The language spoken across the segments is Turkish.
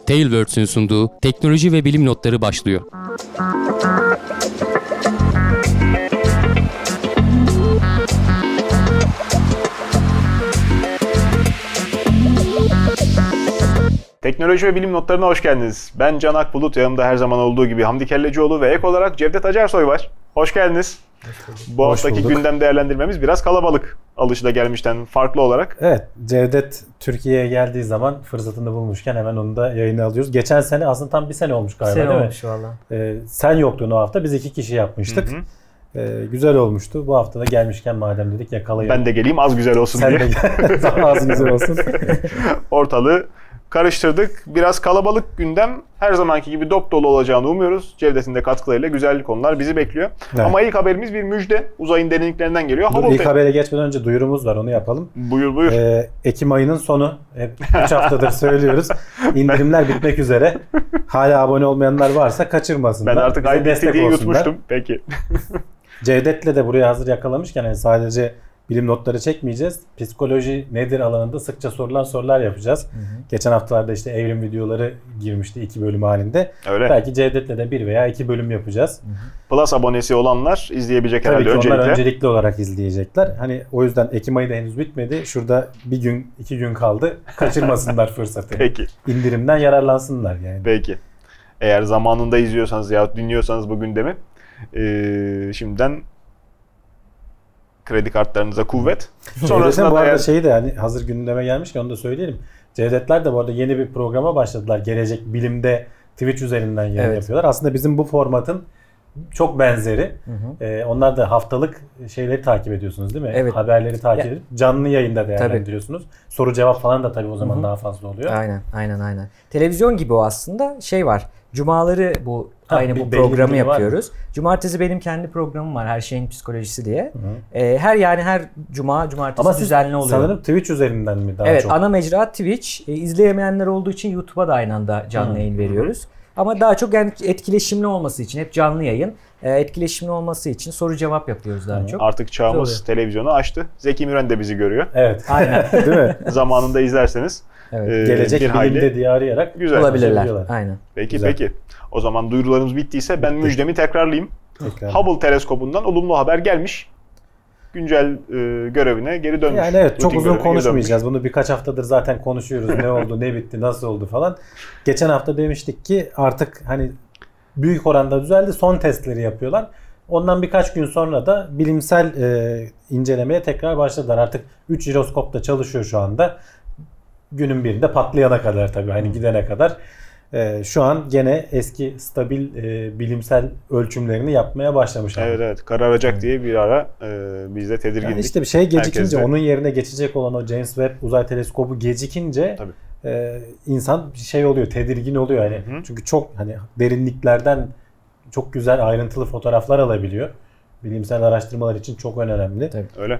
Tailwords'ün sunduğu teknoloji ve bilim notları başlıyor. Teknoloji ve bilim notlarına hoş geldiniz. Ben Can Akbulut, yanımda her zaman olduğu gibi Hamdi Kellecioğlu ve ek olarak Cevdet Acarsoy var. Hoş geldiniz. Bu haftaki gündem değerlendirmemiz biraz kalabalık. Alışılagelmişten farklı olarak. Evet, Cevdet Türkiye'ye geldiği zaman fırsatını bulmuşken hemen onu da yayına alıyoruz. Geçen sene aslında tam bir sene olmuş galiba, değil mi? Olmuş valla. Sen yoktun o hafta, biz 2 kişi yapmıştık. Güzel olmuştu. Bu hafta da gelmişken madem dedik yakalayalım. Ben de geleyim az güzel olsun Sen diye. de daha az güzel olsun. Ortalığı karıştırdık. Biraz kalabalık gündem. Her zamanki gibi dop dolu olacağını umuyoruz. Cevdet'in de katkılarıyla güzel konular bizi bekliyor. Evet. Ama ilk haberimiz bir müjde. Uzayın derinliklerinden geliyor. İlk habere geçmeden önce duyurumuz var. Onu yapalım. Buyur. Ekim ayının sonu. Hep 3 haftadır söylüyoruz. İndirimler bitmek üzere. Hala abone olmayanlar varsa kaçırmasınlar. Ben artık ay bitti diye yutmuştum. Peki. Cevdet'le de buraya hazır yakalamışken yani sadece bilim notları çekmeyeceğiz. Psikoloji nedir alanında sıkça sorulan sorular yapacağız. Geçen haftalarda işte evrim videoları girmişti 2 bölüm halinde. Öyle. Belki Cevdet'le de 1 veya 2 bölüm yapacağız. Plus abonesi olanlar izleyebilecek herhalde öncelikle. Tabii ki onlar öncelikli olarak izleyecekler. Hani o yüzden Ekim ayı da henüz bitmedi. Şurada 1 gün 2 gün kaldı. Kaçırmasınlar fırsatı. Peki. İndirimden yararlansınlar yani. Peki. Eğer zamanında izliyorsanız ya dinliyorsanız bu gündemi şimdiden kredi kartlarınıza kuvvet. Sonrasında bu arada şeyi de hani hazır gündeme gelmişken onu da söyleyelim. Cevdetler de bu arada yeni bir programa başladılar. Gelecek Bilim'de Twitch üzerinden yayın yapıyorlar. Aslında bizim bu formatın çok benzeri. Onlar da haftalık şeyleri takip ediyorsunuz değil mi? Evet. Haberleri takip edip canlı yayında değerlendiriyorsunuz. Tabii. Soru cevap falan da tabii o zaman daha fazla oluyor. Aynen. Televizyon gibi o aslında şey var. Cumaları bu programı yapıyoruz. Cumartesi benim kendi programım var. Her şeyin psikolojisi diye. Her cumartesi ama düzenli oluyor. Sanırım Twitch üzerinden mi daha çok? Evet, ana mecra Twitch. İzleyemeyenler olduğu için YouTube'a da aynı anda canlı yayın veriyoruz. Ama daha çok yani etkileşimli olması için hep canlı yayın. Etkileşimli olması için soru cevap yapıyoruz daha çok. Artık çağımız televizyonu açtı. Zeki Müren de bizi görüyor. Evet. Aynen. Değil mi? Zamanında izlerseniz. Gelecek Bilim'de diye arayarak güzel bulabilirler. Aynen. Peki. O zaman duyurularımız bittiyse ben müjdemi tekrarlayayım. Hubble teleskopundan olumlu haber gelmiş. Güncel görevine geri dönmüş. Yani evet, çok uzun konuşmayacağız. Bunu birkaç haftadır zaten konuşuyoruz. Ne oldu, ne bitti, nasıl oldu falan. Geçen hafta demiştik ki artık hani büyük oranda düzeldi. Son testleri yapıyorlar. Ondan birkaç gün sonra da bilimsel incelemeye tekrar başladılar. Artık 3 jiroskop da çalışıyor şu anda. Günün birinde patlayana kadar tabii. Hani gidene kadar. Şu an gene eski stabil bilimsel ölçümlerini yapmaya başlamışlar. Evet kararacak diye bir ara biz de tedirgindik. Yani işte bir şey gecikince onun yerine geçecek olan o James Webb Uzay Teleskobu gecikince insan bir şey oluyor, tedirgin oluyor yani. Çünkü çok hani derinliklerden çok güzel ayrıntılı fotoğraflar alabiliyor. Bilimsel araştırmalar için çok önemli. Tabii. Öyle.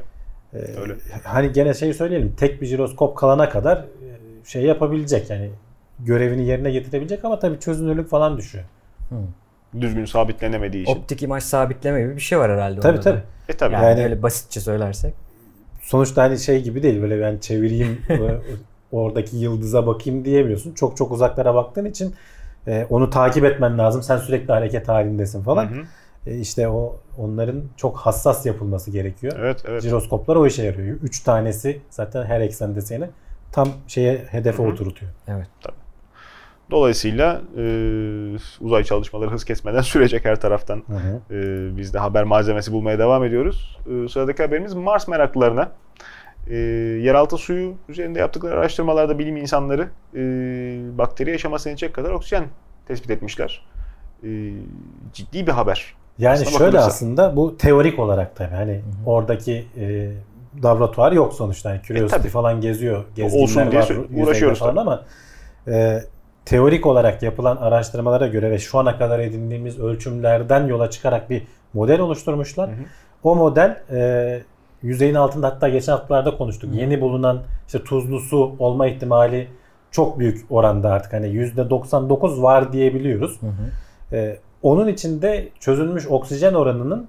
Hani gene söyleyelim, tek bir jiroskop kalana kadar şey yapabilecek yani. Görevini yerine getirebilecek ama tabii çözünürlük falan düşüyor. Düzgün sabitlenemediği için. Optik imaj sabitleme gibi bir şey var herhalde. Tabii. Tabii. Yani öyle basitçe söylersek. Sonuçta hani şey gibi değil, böyle ben çevireyim oradaki yıldıza bakayım diyemiyorsun. Çok uzaklara baktığın için onu takip etmen lazım. Sen sürekli hareket halindesin falan. İşte onların çok hassas yapılması gerekiyor. Evet. Jiroskoplar o işe yarıyor. 3 tanesi zaten her eksende seni tam hedefe oturtuyor. Evet. Tabii. Dolayısıyla uzay çalışmaları hız kesmeden sürecek her taraftan. Biz de haber malzemesi bulmaya devam ediyoruz. Sıradaki haberimiz Mars meraklılarına. Yeraltı suyu üzerinde yaptıkları araştırmalarda bilim insanları bakteri yaşamasını yetecek kadar oksijen tespit etmişler. Ciddi bir haber. Yani şöyle aslında bu teorik olarak tabii hani oradaki laboratuvar yok sonuçta. Yani Curiosity falan geziyor. Olsun diye uğraşıyoruz falan ama teorik olarak yapılan araştırmalara göre ve şu ana kadar edindiğimiz ölçümlerden yola çıkarak bir model oluşturmuşlar. O model yüzeyin altında, hatta geçen haftalarda konuştuk. Yeni bulunan işte tuzlu su olma ihtimali çok büyük oranda artık. Hani %99 var diyebiliyoruz. Onun içinde çözülmüş oksijen oranının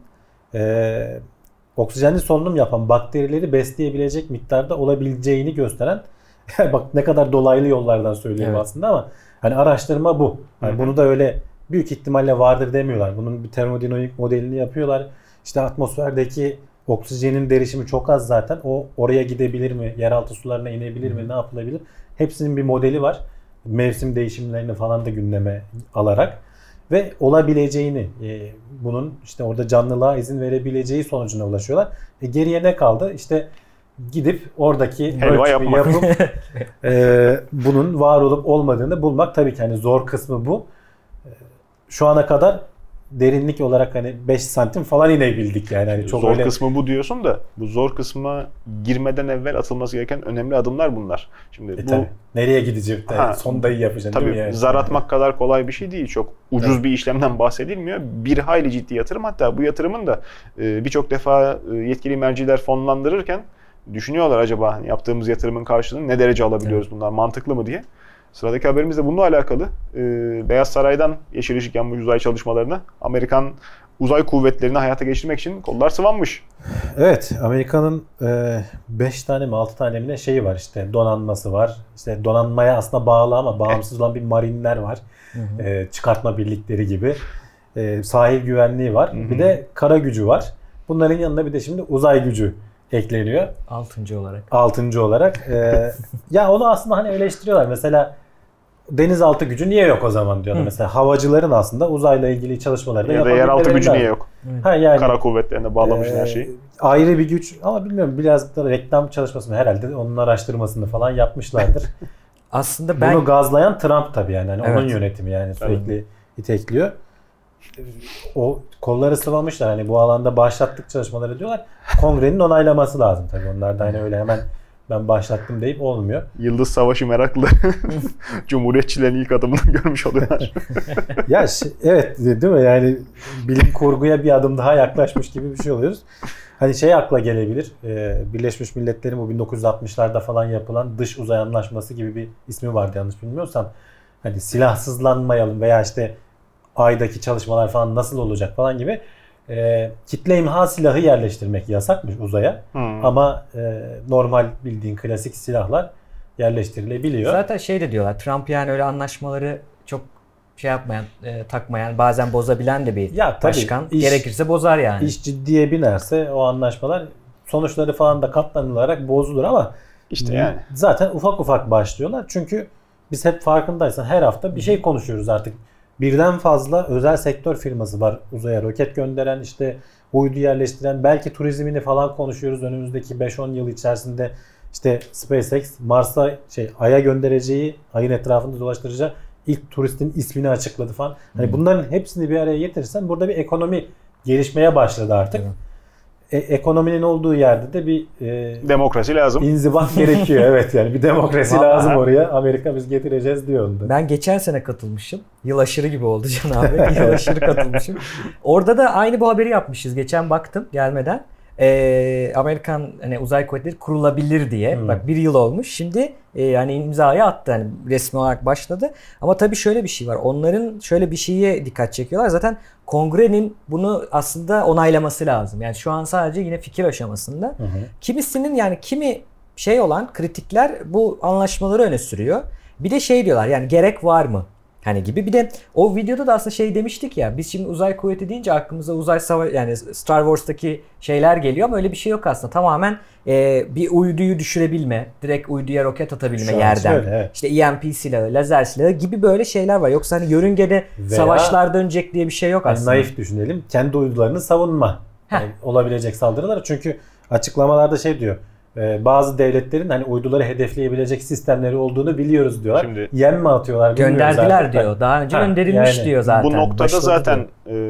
oksijenli solunum yapan bakterileri besleyebilecek miktarda olabileceğini gösteren Bak ne kadar dolaylı yollardan söylüyorum aslında ama hani araştırma bu. Yani bunu da öyle büyük ihtimalle vardır demiyorlar. Bunun bir termodinamik modelini yapıyorlar. İşte atmosferdeki oksijenin derişimi çok az zaten. O oraya gidebilir mi? Yeraltı sularına inebilir mi? Ne yapılabilir? Hepsinin bir modeli var. Mevsim değişimlerini falan da gündeme alarak ve olabileceğini, bunun işte orada canlılığa izin verebileceği sonucuna ulaşıyorlar. Geriye ne kaldı? İşte gidip oradaki helva ölçümü yapmak. yapıp bunun var olup olmadığını bulmak. Tabii ki hani zor kısmı bu. Şu ana kadar derinlik olarak hani 5 santim falan inebildik yani. Hani çok zor öyle... kısmı bu diyorsun da bu zor kısma girmeden evvel atılması gereken önemli adımlar bunlar. Şimdi bu tabii. Nereye gidecek de sondayı yapacaksın değil mi yani? Zar atmak kadar kolay bir şey değil. Çok ucuz bir işlemden bahsedilmiyor. Bir hayli ciddi yatırım. Hatta bu yatırımın da birçok defa yetkili merciler fonlandırırken düşünüyorlar acaba yaptığımız yatırımın karşılığını ne derece alabiliyoruz, bunlar mantıklı mı diye. Sıradaki haberimiz de bununla alakalı. Beyaz Saray'dan yeşil ışık yanmış uzay çalışmalarına Amerikan uzay kuvvetlerini hayata geçirmek için kollar sıvanmış. Evet, Amerika'nın 5 tane mi 6 tane mi ne şeyi var, işte donanması var. İşte donanmaya aslında bağlı ama bağımsız olan bir marinler var. Çıkartma birlikleri gibi. Sahil güvenliği var. Bir de kara gücü var. Bunların yanına bir de şimdi uzay gücü ekleniyor. 6. olarak. Ya onu aslında hani eleştiriyorlar. Mesela denizaltı gücü niye yok o zaman diyorlar. Mesela havacıların aslında uzayla ilgili çalışmaları da ya da yeraltı gücü niye yok? Yani, kara kuvvetlerine bağlamışlar her şeyi. Ayrı bir güç ama bilmiyorum, biraz da reklam çalışmasını herhalde onun araştırmasını falan yapmışlardır. Aslında bunu gazlayan Trump tabii yani. Hani onun yönetimi yani sürekli itekliyor. O kolları sıvamışlar. Hani bu alanda başlattık çalışmaları diyorlar. Kongrenin onaylaması lazım tabii. Onlar da hani öyle hemen ben başlattım deyip olmuyor. Yıldız Savaşı meraklı Cumhuriyetçilerin ilk adımını görmüş oluyorlar. Ya evet değil mi? Yani bilim kurguya bir adım daha yaklaşmış gibi bir şey oluyoruz. Hani şey akla gelebilir. Birleşmiş Milletler'in bu 1960'larda falan yapılan dış uzay anlaşması gibi bir ismi vardı yanlış bilmiyorsam. Hani silahsızlanmayalım veya işte Ay'daki çalışmalar falan nasıl olacak falan gibi kitle imha silahı yerleştirmek yasakmış uzaya. Ama normal bildiğin klasik silahlar yerleştirilebiliyor. Zaten şey de diyorlar, Trump yani öyle anlaşmaları çok şey yapmayan, takmayan, bazen bozabilen de bir başkan. Gerekirse bozar yani. İş ciddiye binerse o anlaşmalar sonuçları falan da katlanılarak bozulur ama işte yani zaten ufak ufak başlıyorlar. Çünkü biz hep farkındaysan her hafta bir şey konuşuyoruz artık. Birden fazla özel sektör firması var uzaya roket gönderen, işte uydu yerleştiren, belki turizmini falan konuşuyoruz önümüzdeki 5-10 yıl içerisinde. İşte SpaceX Mars'a Ay'a göndereceği, Ay'ın etrafında dolaştıracağı ilk turistin ismini açıkladı falan. Hani bunların hepsini bir araya getirirsen burada bir ekonomi gelişmeye başladı artık. Ekonominin olduğu yerde de bir demokrasi lazım. İnzibat gerekiyor. Evet yani bir demokrasi lazım oraya. Amerika biz getireceğiz diyor onda. Ben geçen sene katılmışım. Yıl aşırı gibi oldu Can abi. Yıl aşırı katılmışım. Orada da aynı bu haberi yapmışız. Geçen baktım gelmeden. Amerikan hani uzay kuvvetleri kurulabilir diye. Bak 1 yıl olmuş. Şimdi hani imzayı attı. Hani resmi olarak başladı. Ama tabii şöyle bir şey var. Onların şöyle bir şeye dikkat çekiyorlar. Zaten Kongrenin bunu aslında onaylaması lazım. Yani şu an sadece yine fikir aşamasında. Kimisinin yani kimi şey olan kritikler bu anlaşmaları öne sürüyor. Bir de şey diyorlar yani gerek var mı? Hani gibi. Bir de o videoda da aslında şey demiştik ya, biz şimdi uzay kuvveti deyince aklımıza uzay savaşı yani Star Wars'taki şeyler geliyor ama öyle bir şey yok aslında. Tamamen bir uyduyu düşürebilme, direkt uyduya roket atabilme yerden. Evet. İşte EMP silahı, lazer silahı gibi böyle şeyler var. Yoksa hani yörüngede savaşlar dönecek diye bir şey yok aslında. Naif düşünelim. Kendi uydularını savunma. Yani olabilecek saldırılar. Çünkü açıklamalarda şey diyor. Bazı devletlerin hani uyduları hedefleyebilecek sistemleri olduğunu biliyoruz diyorlar. Şimdi, yem mi atıyorlar bilmiyoruz. Gönderdiler zaten. Diyor. Daha önce gönderilmiş diyor zaten. Bu noktada başladı zaten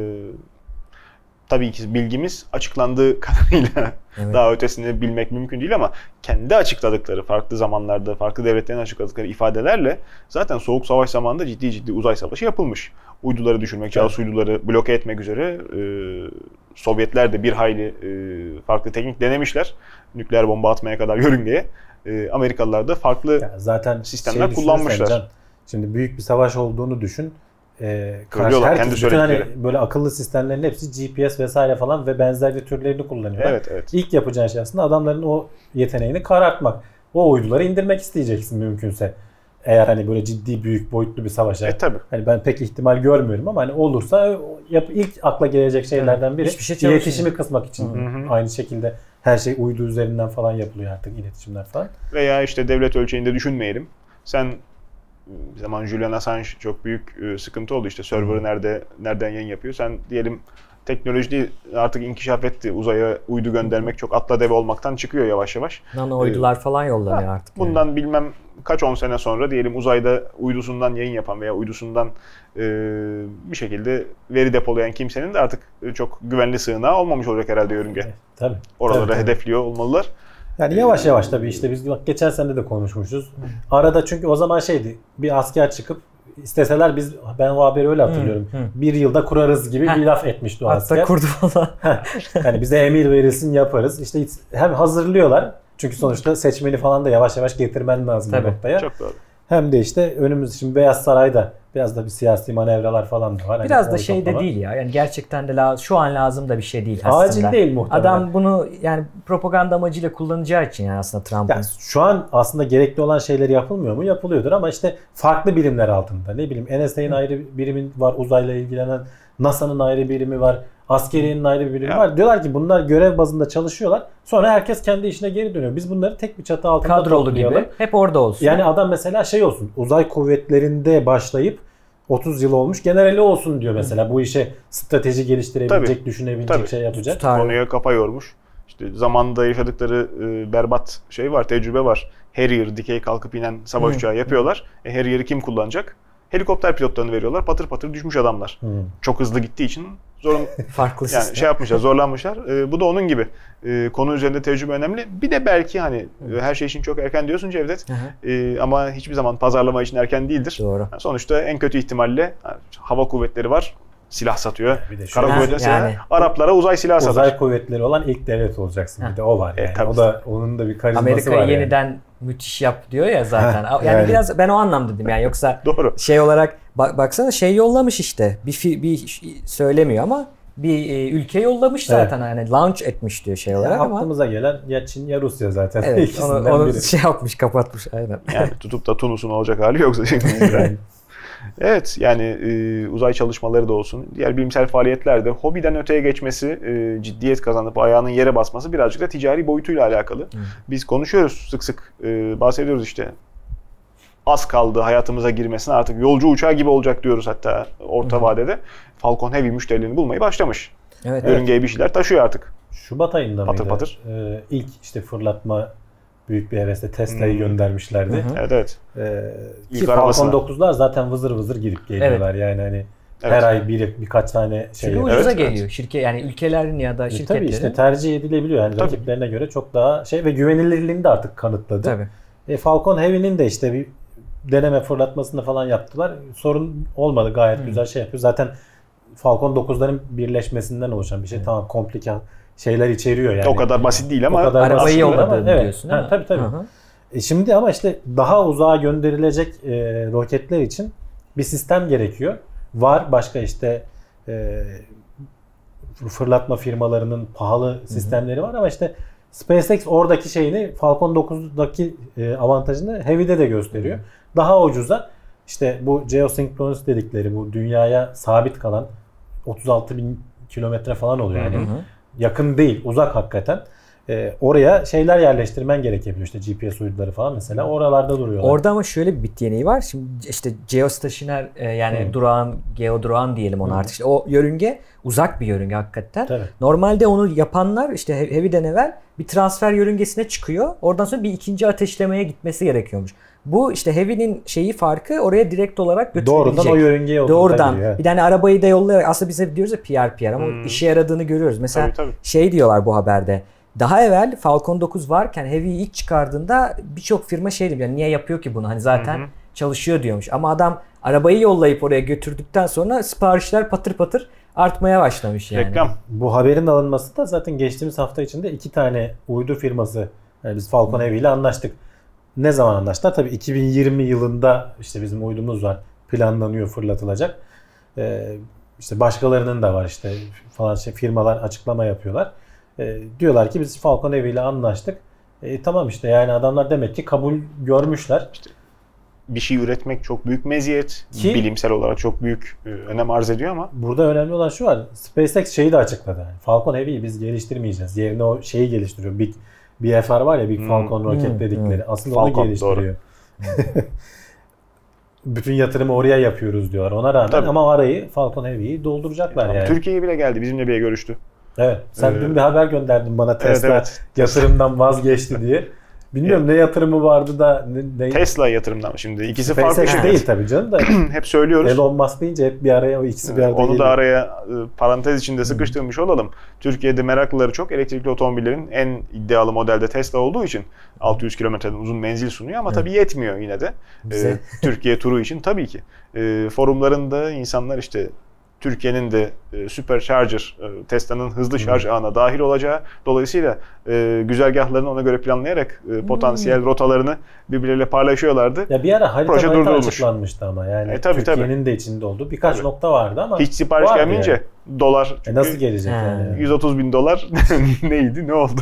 tabii ki bilgimiz açıklandığı kadarıyla daha ötesini bilmek mümkün değil ama kendi açıkladıkları farklı zamanlarda farklı devletlerin açıkladıkları ifadelerle zaten Soğuk Savaş zamanında ciddi uzay savaşı yapılmış. Uyduları düşürmek, casus uyduları bloke etmek üzere Sovyetler de bir hayli farklı teknik denemişler. Nükleer bomba atmaya kadar yörüngeye. Amerikalılar da farklı zaten sistemler kullanmışlar. Can, şimdi büyük bir savaş olduğunu düşün. Kendi bütün hani böyle akıllı sistemlerin hepsi GPS vesaire falan ve benzeri türlerini kullanıyorlar. Evet. İlk yapacağın şey aslında adamların o yeteneğini karartmak. o uyduları indirmek isteyeceksin mümkünse. Eğer hani böyle ciddi büyük boyutlu bir savaşa. Tabii. Hani ben pek ihtimal görmüyorum ama hani olursa ilk akla gelecek şeylerden biri iletişimi kısmak için. Aynı şekilde her şey uydu üzerinden falan yapılıyor artık, iletişimler falan. Veya işte devlet ölçeğinde düşünmeyelim. Sen bir zaman Julian Assange çok büyük sıkıntı oldu, işte server'ı nereden yayın yapıyor. Sen diyelim teknoloji artık inkişaf etti. Uzaya uydu göndermek çok atla deve olmaktan çıkıyor yavaş yavaş. Nano uydular falan yollanıyor artık. Bundan bilmem kaç 10 sene sonra diyelim uzayda uydusundan yayın yapan veya uydusundan bir şekilde veri depolayan kimsenin de artık çok güvenli sığınağı olmamış olacak herhalde yörünge. Tabii. Oraları hedefliyor olmalılar. Yani yavaş yavaş tabii işte biz geçen sene de konuşmuşuz. Arada çünkü o zaman şeydi, bir asker çıkıp isteseler ben o haberi öyle hatırlıyorum. Bir yılda kurarız gibi bir laf etmişti o asker. Hatta kurdu falan. Yani bize emir verilsin yaparız. İşte hem hazırlıyorlar. Çünkü sonuçta seçmeni falan da yavaş yavaş getirmen lazım bu noktaya. Çok doğru. Hem de işte önümüz şimdi Beyaz Saray'da biraz da bir siyasi manevralar falan da var. Biraz hani da şey de değil ya. Yani gerçekten de şu an lazım da bir şey değil aslında. Acil değil muhtemelen. Adam bunu yani propaganda amacıyla kullanacağı için yani aslında Trump'ın. Yani şu an aslında gerekli olan şeyleri yapılmıyor mu? Yapılıyordur ama işte farklı birimler altında. Ne bileyim, NSA'nın ayrı birimin var, uzayla ilgilenen, NASA'nın ayrı birimi var, askeriyenin ayrı bir birimi var. Diyorlar ki bunlar görev bazında çalışıyorlar. Sonra herkes kendi işine geri dönüyor. Biz bunları tek bir çatı altında kadrolu gibi hep orada olsun. Yani adam mesela şey olsun, uzay kuvvetlerinde başlayıp 30 yıl olmuş generali olsun diyor mesela. Bu işe strateji geliştirebilecek, düşünebilecek şey yapacak. Konuya kafa yormuş. İşte zamanında yaşadıkları berbat şey var, tecrübe var. Harrier, dikey kalkıp inen savaş uçağı yapıyorlar. Harrier'i kim kullanacak? Helikopter pilotlarını veriyorlar. Patır patır düşmüş adamlar. Çok hızlı gittiği için farklı yani sistem. şey yapmışlar, zorlanmışlar. Bu da onun gibi. Konu üzerinde tecrübe önemli. Bir de belki hani her şey için çok erken diyorsun Cevdet. Ama hiçbir zaman pazarlama için erken değildir. Doğru. Yani sonuçta en kötü ihtimalle hava kuvvetleri var. Silah satıyor. Kara kuvvetleri silah. Araplara uzay silahı satar. Uzay kuvvetleri olan ilk devlet olacaksın. Bir de o var yani. O da onun da bir karizması Amerika'yı var. Amerika'yı yeniden müthiş yap diyor ya zaten. Yani biraz ben o anlamda dedim yani, yoksa doğru. Şey olarak baksana şey yollamış işte. Bir söylemiyor ama bir ülke yollamış zaten yani launch etmiş diyor şey olarak ama. Aklımıza gelen ya Çin ya Rusya zaten. Evet, onu şey yapmış, kapatmış aynen. Yani tutup da Tunus'un olacak hali yoksa. Evet, yani uzay çalışmaları da olsun, diğer bilimsel faaliyetlerde hobiden öteye geçmesi, ciddiyet kazanıp ayağının yere basması birazcık da ticari boyutuyla alakalı. Biz konuşuyoruz, sık sık bahsediyoruz işte. Az kaldı hayatımıza girmesine, artık yolcu uçağı gibi olacak diyoruz hatta orta vadede. Falcon Heavy müşterilerini bulmayı başlamış. Evet. Yörüngeye bir şeyler taşıyor artık. Şubat ayında patır mıydı? Patır. İlk işte fırlatma büyük bir hevesle Tesla'yı göndermişlerdi. Evet. Ki Falcon 9'lar zaten vızır vızır girip geliyorlar yani hani her ay birkaç tane şey. Çünkü ucuza geliyor. Şirket yani ülkelerin ya da şirketlerin. Tabii işte tercih edilebiliyor yani rakiplerine göre çok daha şey ve güvenilirliğini de artık kanıtladı. Tabii. Falcon Heavy'nin de işte bir deneme fırlatmasını falan yaptılar. Sorun olmadı, gayet güzel şey yapıyor. Zaten Falcon 9'ların birleşmesinden oluşan bir şey. Tamam, komplike şeyler içeriyor yani. O kadar basit değil ama arabayı yolladı diyorsun değil mi? Tabii. Şimdi ama işte daha uzağa gönderilecek roketler için bir sistem gerekiyor. Var başka işte fırlatma firmalarının pahalı sistemleri var ama işte SpaceX oradaki şeyini Falcon 9'daki avantajını Heavy'de de gösteriyor. Daha ucuza işte bu geosynchronous dedikleri bu dünyaya sabit kalan 36 bin kilometre falan oluyor yani. Yakın değil, uzak hakikaten. Oraya şeyler yerleştirmen gerekebiliyor, işte GPS uyduları falan mesela oralarda duruyorlar. Orada ama şöyle bir bit yeteneği var. Şimdi işte geostaşiner yani geodurağan diyelim ona artık. İşte o yörünge uzak bir yörünge hakikaten. Tabii. Normalde onu yapanlar işte Heavy'den evvel bir transfer yörüngesine çıkıyor. Oradan sonra bir ikinci ateşlemeye gitmesi gerekiyormuş. Bu işte Heavy'nin farkı oraya direkt olarak götürülecek. Doğrudan o yörüngeye oturtabiliyor. Bir tane arabayı da yollayarak, aslında biz hep diyoruz ya PR ama işe yaradığını görüyoruz. Mesela şey diyorlar bu haberde. Daha evvel Falcon 9 varken Heavy'yi ilk çıkardığında birçok firma şey diyor yani niye yapıyor ki bunu, hani zaten çalışıyor diyormuş. Ama adam arabayı yollayıp oraya götürdükten sonra siparişler patır patır artmaya başlamış yani. Reklam. Bu haberin alınması da zaten geçtiğimiz hafta içinde 2 tane uydu firması, yani biz Falcon Heavy ile anlaştık. Ne zaman anlaştılar? Tabii 2020 yılında işte bizim uydumuz var. Planlanıyor, fırlatılacak. İşte başkalarının da var işte falan firmalar açıklama yapıyorlar. Diyorlar ki biz Falcon Heavy ile anlaştık. Tamam işte yani adamlar demek ki kabul görmüşler. İşte bir şey üretmek çok büyük meziyet. Ki bilimsel olarak çok büyük önem arz ediyor ama burada önemli olan şu var. SpaceX şeyi de açıkladı. Yani Falcon Heavy'yi biz geliştirmeyeceğiz. Yerine o şeyi geliştiriyor. BFR var ya, Big Falcon roket dedikleri. Aslında Falcon, onu geliştiriyor. Bütün yatırımı oraya yapıyoruz diyorlar. Ona rağmen Tabii. ama arayı Falcon Heavy'yi dolduracaklar yani. Türkiye'ye bile geldi. Bizimle bile görüştü. Evet. Sen dün bir haber gönderdin bana, Tesla evet. yatırımdan vazgeçti diye. Bilmiyorum ne yatırımı vardı da ne Tesla yatırımdan şimdi. İkisi SpaceX farklı şeyler. değil tabii canım da. Hep söylüyoruz. Elon Musk deyince hep bir araya o ikisi bir arada Onu geliyor. da araya parantez içinde sıkıştırmış olalım. Türkiye'de meraklıları çok. Elektrikli otomobillerin en iddialı modelde Tesla olduğu için 600 kilometreden uzun menzil sunuyor ama tabii yetmiyor yine de. Türkiye turu için tabii ki. Forumlarında insanlar işte Türkiye'nin de Supercharger, Tesla'nın hızlı şarj ağına dahil olacağı, dolayısıyla güzergahlarını ona göre planlayarak potansiyel rotalarını birbirleriyle paylaşıyorlardı. Ya bir ara Proje harita durdurulmuş. açıklanmıştı ama yani Tabii, Türkiye'nin de içinde olduğu birkaç nokta vardı ama hiç sipariş vardı gelmeyince yani. dolar çünkü Nasıl gelecek yani? 130 bin dolar neydi, ne oldu?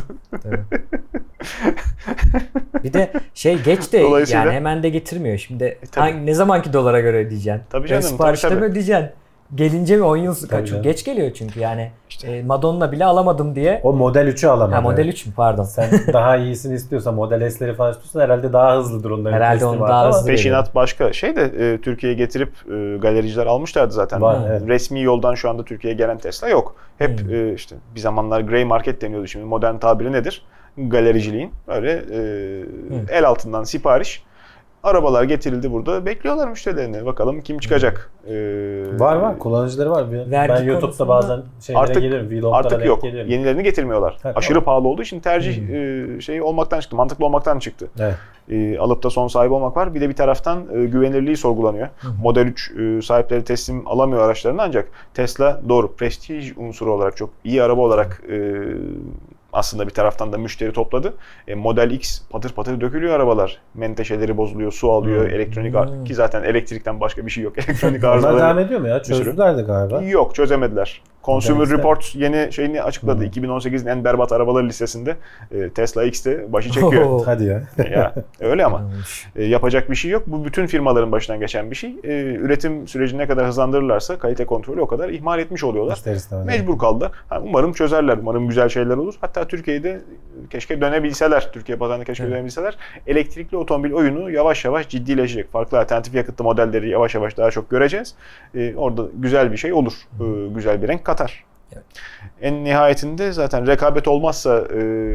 Bir de geç de Dolayısıyla- yani hemen de getirmiyor. Şimdi tabii. ne zamanki dolara göre ödeyeceksin? Tabii canım, Siparişte tabii. mi ödeyeceksin? Gelince mi 10 yıl Tabii canım. geç geliyor çünkü yani. Madonna bile alamadım diye. O Model 3'ü alamadı. Model 3 mü pardon. Sen daha iyisini istiyorsan, Model S'leri falan istiyorsan herhalde daha hızlıdır onların. Herhalde onun daha ama hızlı. Peşinat başka. Türkiye'ye getirip galericiler almışlardı zaten. Var, evet. Resmi yoldan şu anda Türkiye'ye gelen Tesla yok. Hep işte bir zamanlar grey market deniyordu, şimdi modern tabiri nedir? Galericiliğin. Öyle el altından sipariş. Arabalar getirildi burada. Bekliyorlar müşterilerini. Bakalım kim çıkacak. Var. Kullanıcıları var. Ben YouTube'da konusunda bazen şeylere Artık gelirim. Vloglara Artık denk yok. gelirim. Yenilerini getirmiyorlar. Evet, Aşırı tamam. pahalı olduğu için tercih şey olmaktan çıktı. Mantıklı olmaktan çıktı. Evet. Alıp da son sahibi olmak var. Bir de bir taraftan güvenilirliği sorgulanıyor. Model 3 sahipleri teslim alamıyor araçlarını, ancak Tesla doğru prestij unsuru olarak çok iyi araba olarak aslında bir taraftan da müşteri topladı. Model X patır patır dökülüyor arabalar. Menteşeleri bozuluyor, su alıyor, elektronik ki zaten elektrikten başka bir şey yok. Elektronik Onlar arızaları. devam ediyor mu ya? bir sürü. Çözdülerdi galiba. Yok, çözemediler. Consumer Model X'te. Report yeni şeyini açıkladı. 2018'in en berbat arabaları listesinde Tesla X'te başı çekiyor. Hadi ya. Ya öyle ama yapacak bir şey yok. Bu bütün firmaların başından geçen bir şey. Üretim sürecini ne kadar hızlandırırlarsa kalite kontrolü o kadar ihmal etmiş oluyorlar. İster istemez. Mecbur kaldı. Umarım çözerler. Umarım güzel şeyler olur. Hatta Türkiye'de keşke dönebilseler. Türkiye pazarına keşke dönebilseler. Elektrikli otomobil oyunu yavaş yavaş ciddileşecek. Farklı alternatif yakıtlı modelleri yavaş yavaş daha çok göreceğiz. Orada güzel bir şey olur. Güzel bir renk katar. Evet. En nihayetinde zaten rekabet olmazsa,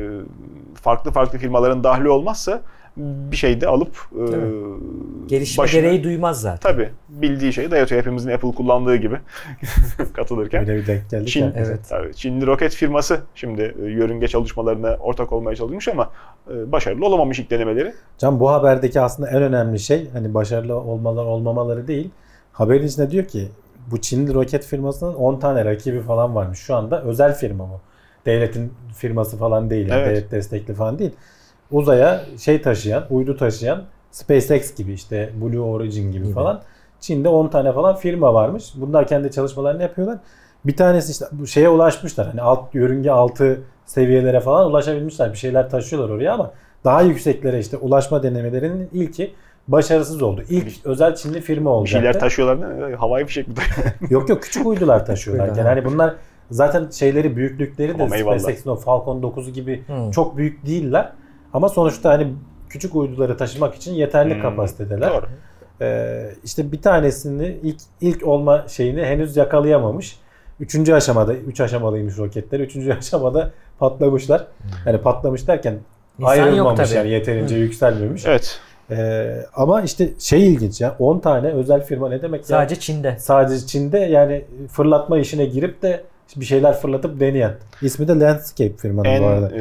farklı firmaların dahli olmazsa bir şey de alıp gelişme gereği duymaz zaten. Tabii. Bildiği şeyi dayatıyor. Hepimizin Apple kullandığı gibi katılırken. Öyle bir denk geldik. Çin, Evet. tabii, Çinli roket firması şimdi yörünge çalışmalarına ortak olmaya çalışmış ama başarılı olamamış ilk denemeleri. Can, bu haberdeki aslında en önemli şey hani başarılı olmamaları değil. Haberin içinde diyor ki bu Çinli roket firmasının 10 tane rakibi falan varmış. Şu anda özel firma bu. Devletin firması falan değil. Yani Evet. devlet destekli falan değil. Uzaya taşıyan, uydu taşıyan SpaceX gibi, işte Blue Origin gibi falan. Çin'de 10 tane falan firma varmış. Bunlar kendi çalışmalarını yapıyorlar. Bir tanesi işte bu şeye ulaşmışlar. Hani yörünge altı seviyelere falan ulaşabilmişler. Bir şeyler taşıyorlar oraya ama daha yükseklere işte ulaşma denemelerinin ilki başarısız oldu. İlk özel Çinli firma Bir olacaktı. şeyler taşıyorlar. Havai fişek mi taşıyor? Yok küçük uydular taşıyorlar. Yani hani bunlar zaten büyüklükleri de Tamam, eyvallah. SpaceX'in o Falcon 9'u gibi çok büyük değiller. Ama sonuçta hani küçük uyduları taşımak için yeterli kapasitedeler. Doğru. İşte bir tanesini ilk olma şeyini henüz yakalayamamış. 3. aşamada, 3 aşamalıymış roketler. 3. aşamada patlamışlar. Yani patlamış derken İnsan yok ayrılmamış tabii. yani yeterince yükselmemiş. Evet. Ama işte ilginç ya, 10 tane özel firma ne demek ya? Sadece Çin'de. Sadece Çin'de yani fırlatma işine girip de bir şeyler fırlatıp deneyen. İsmi de Landscape firmanın bu arada.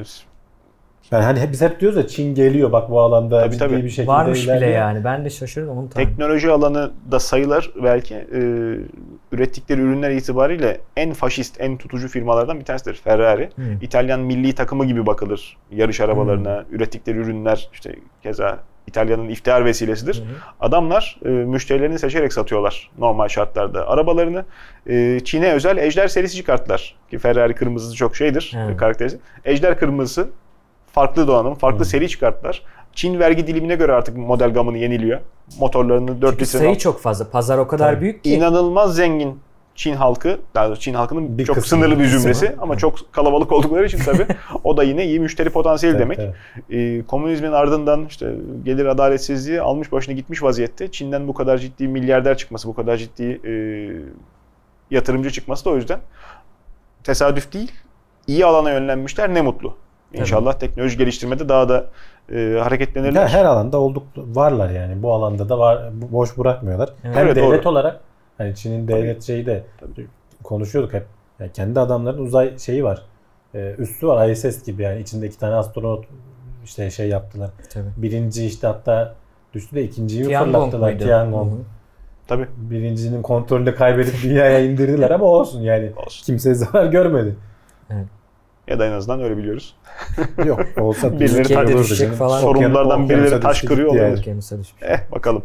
Yani hani biz hep diyoruz ya Çin geliyor bak bu alanda ciddi tabii. bir şekilde Varmış bile ilerliyor. yani. Ben de şaşırdım 10 tane. Teknoloji alanı da sayılır belki. Ürettikleri ürünler itibariyle en faşist, en tutucu firmalardan bir tanesidir Ferrari. İtalyan milli takımı gibi bakılır yarış arabalarına. Ürettikleri ürünler işte keza İtalya'nın iftihar vesilesidir. Adamlar müşterilerini seçerek satıyorlar normal şartlarda arabalarını. Çin'e özel Ejder serisi çıkarttılar. Ki Ferrari kırmızısı çok karakteristik. Ejder kırmızısı farklı donanım, farklı seri çıkarttılar. Çin vergi dilimine göre artık model gamını yeniliyor. Motorlarını 4 litre. Sayı çok fazla. Pazar o kadar büyük ki. İnanılmaz zengin Çin halkı. Daha doğrusu Çin halkının Bir çok kısmı, sınırlı bir kısmı. zümresi ama çok kalabalık oldukları için tabii o da yine iyi müşteri potansiyeli demek. Komünizmin ardından işte gelir adaletsizliği almış başını gitmiş vaziyette. Çin'den bu kadar ciddi milyarder çıkması, bu kadar ciddi yatırımcı çıkması da o yüzden tesadüf değil. İyi alana yönlenmişler, ne mutlu. İnşallah teknoloji geliştirmede daha da hareketlenirler. Her alanda varlar yani. Bu alanda da var, boş bırakmıyorlar. Evet. Hem Evet, devlet doğru. olarak hani Çin'in devlet şeyi de konuşuyorduk hep. Yani kendi adamların uzay şeyi var. Üssü var, ISS gibi yani, içinde 2 tane astronot işte şey yaptılar. Tabii. Birinci işte hatta düştü de ikinciyi Tiangong fırlattılar. muydu? Tiangong. Tabii. Birincinin kontrolünü kaybedip dünyaya indirdiler ama olsun yani. Olsun. Kimse zarar görmedi. Ya da en azından öyle biliyoruz. Yok olsa Birileri Türkiye'de takılırdı düşecek canım. falan. Sorumlulardan birileri Okyanusa taş düştü kırıyor gitti olabilir. Okyanusa düşmüş. Bakalım.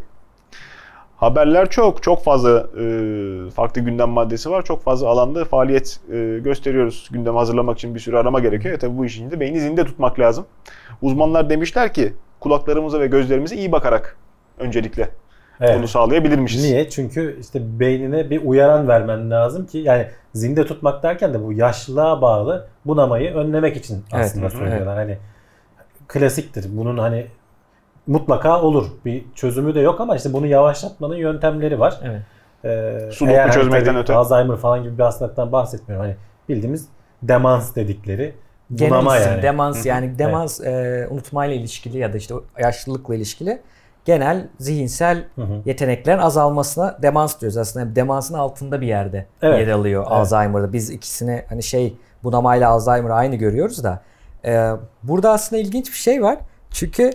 Haberler çok fazla farklı gündem maddesi var. Çok fazla alanda faaliyet gösteriyoruz. Gündemi hazırlamak için bir sürü arama gerekiyor. Tabii bu işin içinde beyni zinde tutmak lazım. Uzmanlar demişler ki kulaklarımıza ve gözlerimize iyi bakarak öncelikle Evet. bunu sağlayabilirmişiz. Niye? Çünkü işte beynine bir uyaran vermen lazım ki yani zinde tutmak derken de bu yaşlılığa bağlı bunamayı önlemek için aslında Evet, söylüyorlar. Hani klasiktir. Bunun hani mutlaka olur. Bir çözümü de yok ama işte bunu yavaşlatmanın yöntemleri var. Evet. Sudoku Eğer hani çözmekten tabii öte. Alzheimer falan gibi bir hastalıktan bahsetmiyorum. Hani bildiğimiz demans dedikleri Genel bunama isim, yani. demans yani demans unutmayla ilişkili ya da işte yaşlılıkla ilişkili genel zihinsel yeteneklerin azalmasına demans diyoruz. Aslında demansın altında bir yerde Evet. yer alıyor Evet. Alzheimer'da. Biz ikisini hani bunamayla Alzheimer'ı aynı görüyoruz da burada aslında ilginç bir şey var. Çünkü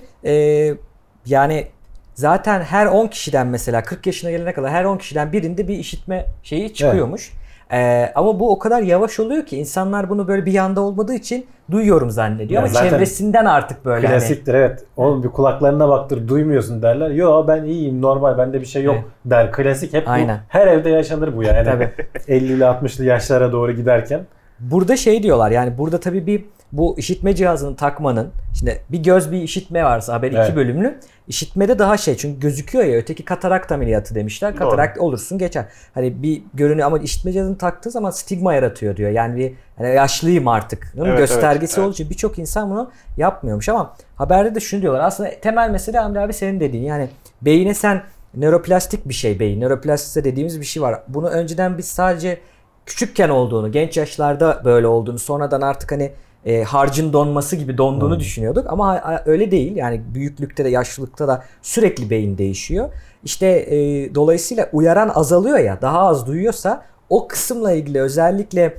yani zaten her 10 kişiden mesela 40 yaşına gelene kadar her 10 kişiden birinde bir işitme şeyi çıkıyormuş. Ama bu o kadar yavaş oluyor ki insanlar bunu böyle bir yanda olmadığı için duyuyorum zannediyor Ya ama zaten çevresinden artık böyle klasiktir evet. Oğlum bir kulaklarına baktır duymuyorsun derler. Yo ben iyiyim normal bende bir şey yok der. Klasik hep Aynen. bu. Her evde yaşanır bu yani. Tabii. 50'li 60'lı yaşlara doğru giderken. Burada diyorlar yani burada tabii bu işitme cihazını takmanın şimdi bir göz bir işitme varsa haber Evet. 2 bölümlü işitmede daha çünkü gözüküyor ya öteki katarakt ameliyatı demişler. Katarakt olursun geçer. Hani bir görünüyor ama işitme cihazını taktığı zaman stigma yaratıyor diyor. Yani hani yaşlıyım artık. Evet, göstergesi evet. olduğu için birçok insan bunu yapmıyormuş ama haberde de şunu diyorlar. Aslında temel mesele Hamdi abi senin dediğin yani beyine sen nöroplastik bir şey beyin. Nöroplastise dediğimiz bir şey var. Bunu önceden biz sadece küçükken olduğunu, genç yaşlarda böyle olduğunu, sonradan artık hani harcın donması gibi donduğunu düşünüyorduk. Ama öyle değil. Yani büyüklükte de yaşlılıkta da sürekli beyin değişiyor. İşte dolayısıyla uyaran azalıyor ya, daha az duyuyorsa o kısımla ilgili özellikle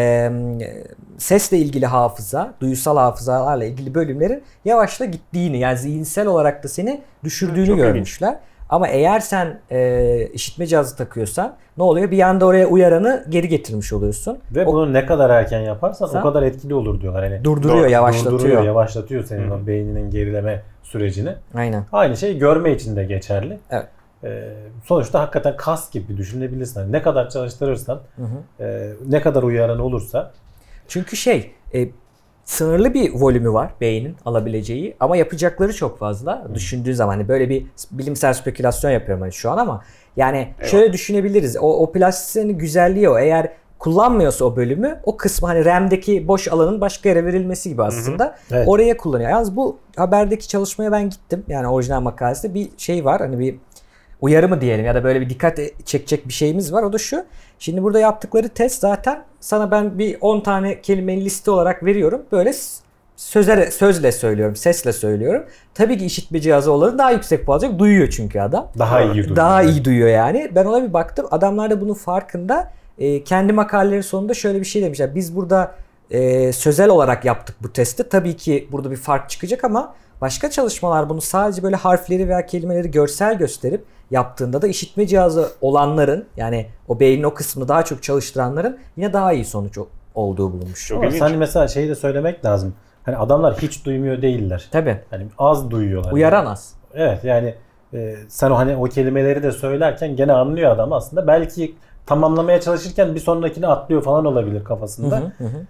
sesle ilgili hafıza, duyusal hafızalarla ilgili bölümlerin yavaşla gittiğini yani zihinsel olarak da seni düşürdüğünü Çok görmüşler. Ama eğer sen işitme cihazı takıyorsan ne oluyor? Bir anda oraya uyaranı geri getirmiş oluyorsun. Ve bunu ne kadar erken yaparsan Sen- o kadar etkili olur diyorlar. Yani Durduruyor, yavaşlatıyor. Durduruyor, yavaşlatıyor senin o beyninin gerileme sürecini. Aynen. Aynı şey görme için de geçerli. Evet. Sonuçta hakikaten kas gibi düşünebilirsin. Yani ne kadar çalıştırırsan, ne kadar uyaran olursa. Çünkü sınırlı bir volümü var beynin alabileceği ama yapacakları çok fazla. Düşündüğün zaman hani böyle bir bilimsel spekülasyon yapıyorum hani şu an ama yani şöyle düşünebiliriz. O plastisitenin güzelliği o. Eğer kullanmıyorsa o bölümü o kısmı hani RAM'deki boş alanın başka yere verilmesi gibi aslında. Evet. Oraya kullanıyor. Yalnız bu haberdeki çalışmaya ben gittim. Yani orijinal makalesinde bir şey var. Hani bir uyarı mı diyelim ya da böyle bir dikkat çekecek bir şeyimiz var. O da şu. Şimdi burada yaptıkları test zaten sana ben bir 10 tane kelimenin liste olarak veriyorum. Böyle sözle söylüyorum, sesle söylüyorum. Tabii ki işitme cihazı olanı daha yüksek puan alacak. Duyuyor çünkü adam. Daha iyi duyuyor. Daha iyi duyuyor yani. Ben ona bir baktım. Adamlar da bunun farkında. Kendi makaleleri sonunda şöyle bir şey demişler. Biz burada sözel olarak yaptık bu testi. Tabii ki burada bir fark çıkacak ama başka çalışmalar bunu sadece böyle harfleri veya kelimeleri görsel gösterip yaptığında da işitme cihazı olanların yani o beynin o kısmını daha çok çalıştıranların yine daha iyi sonuç olduğu bulunmuş. Çok Ama ilginç. hani mesela şeyi de söylemek lazım. Hani adamlar hiç duymuyor değiller. Tabii. Hani az duyuyorlar. Uyaran az. Evet yani sen o hani o kelimeleri de söylerken gene anlıyor adam aslında. Belki tamamlamaya çalışırken bir sonrakini atlıyor falan olabilir kafasında.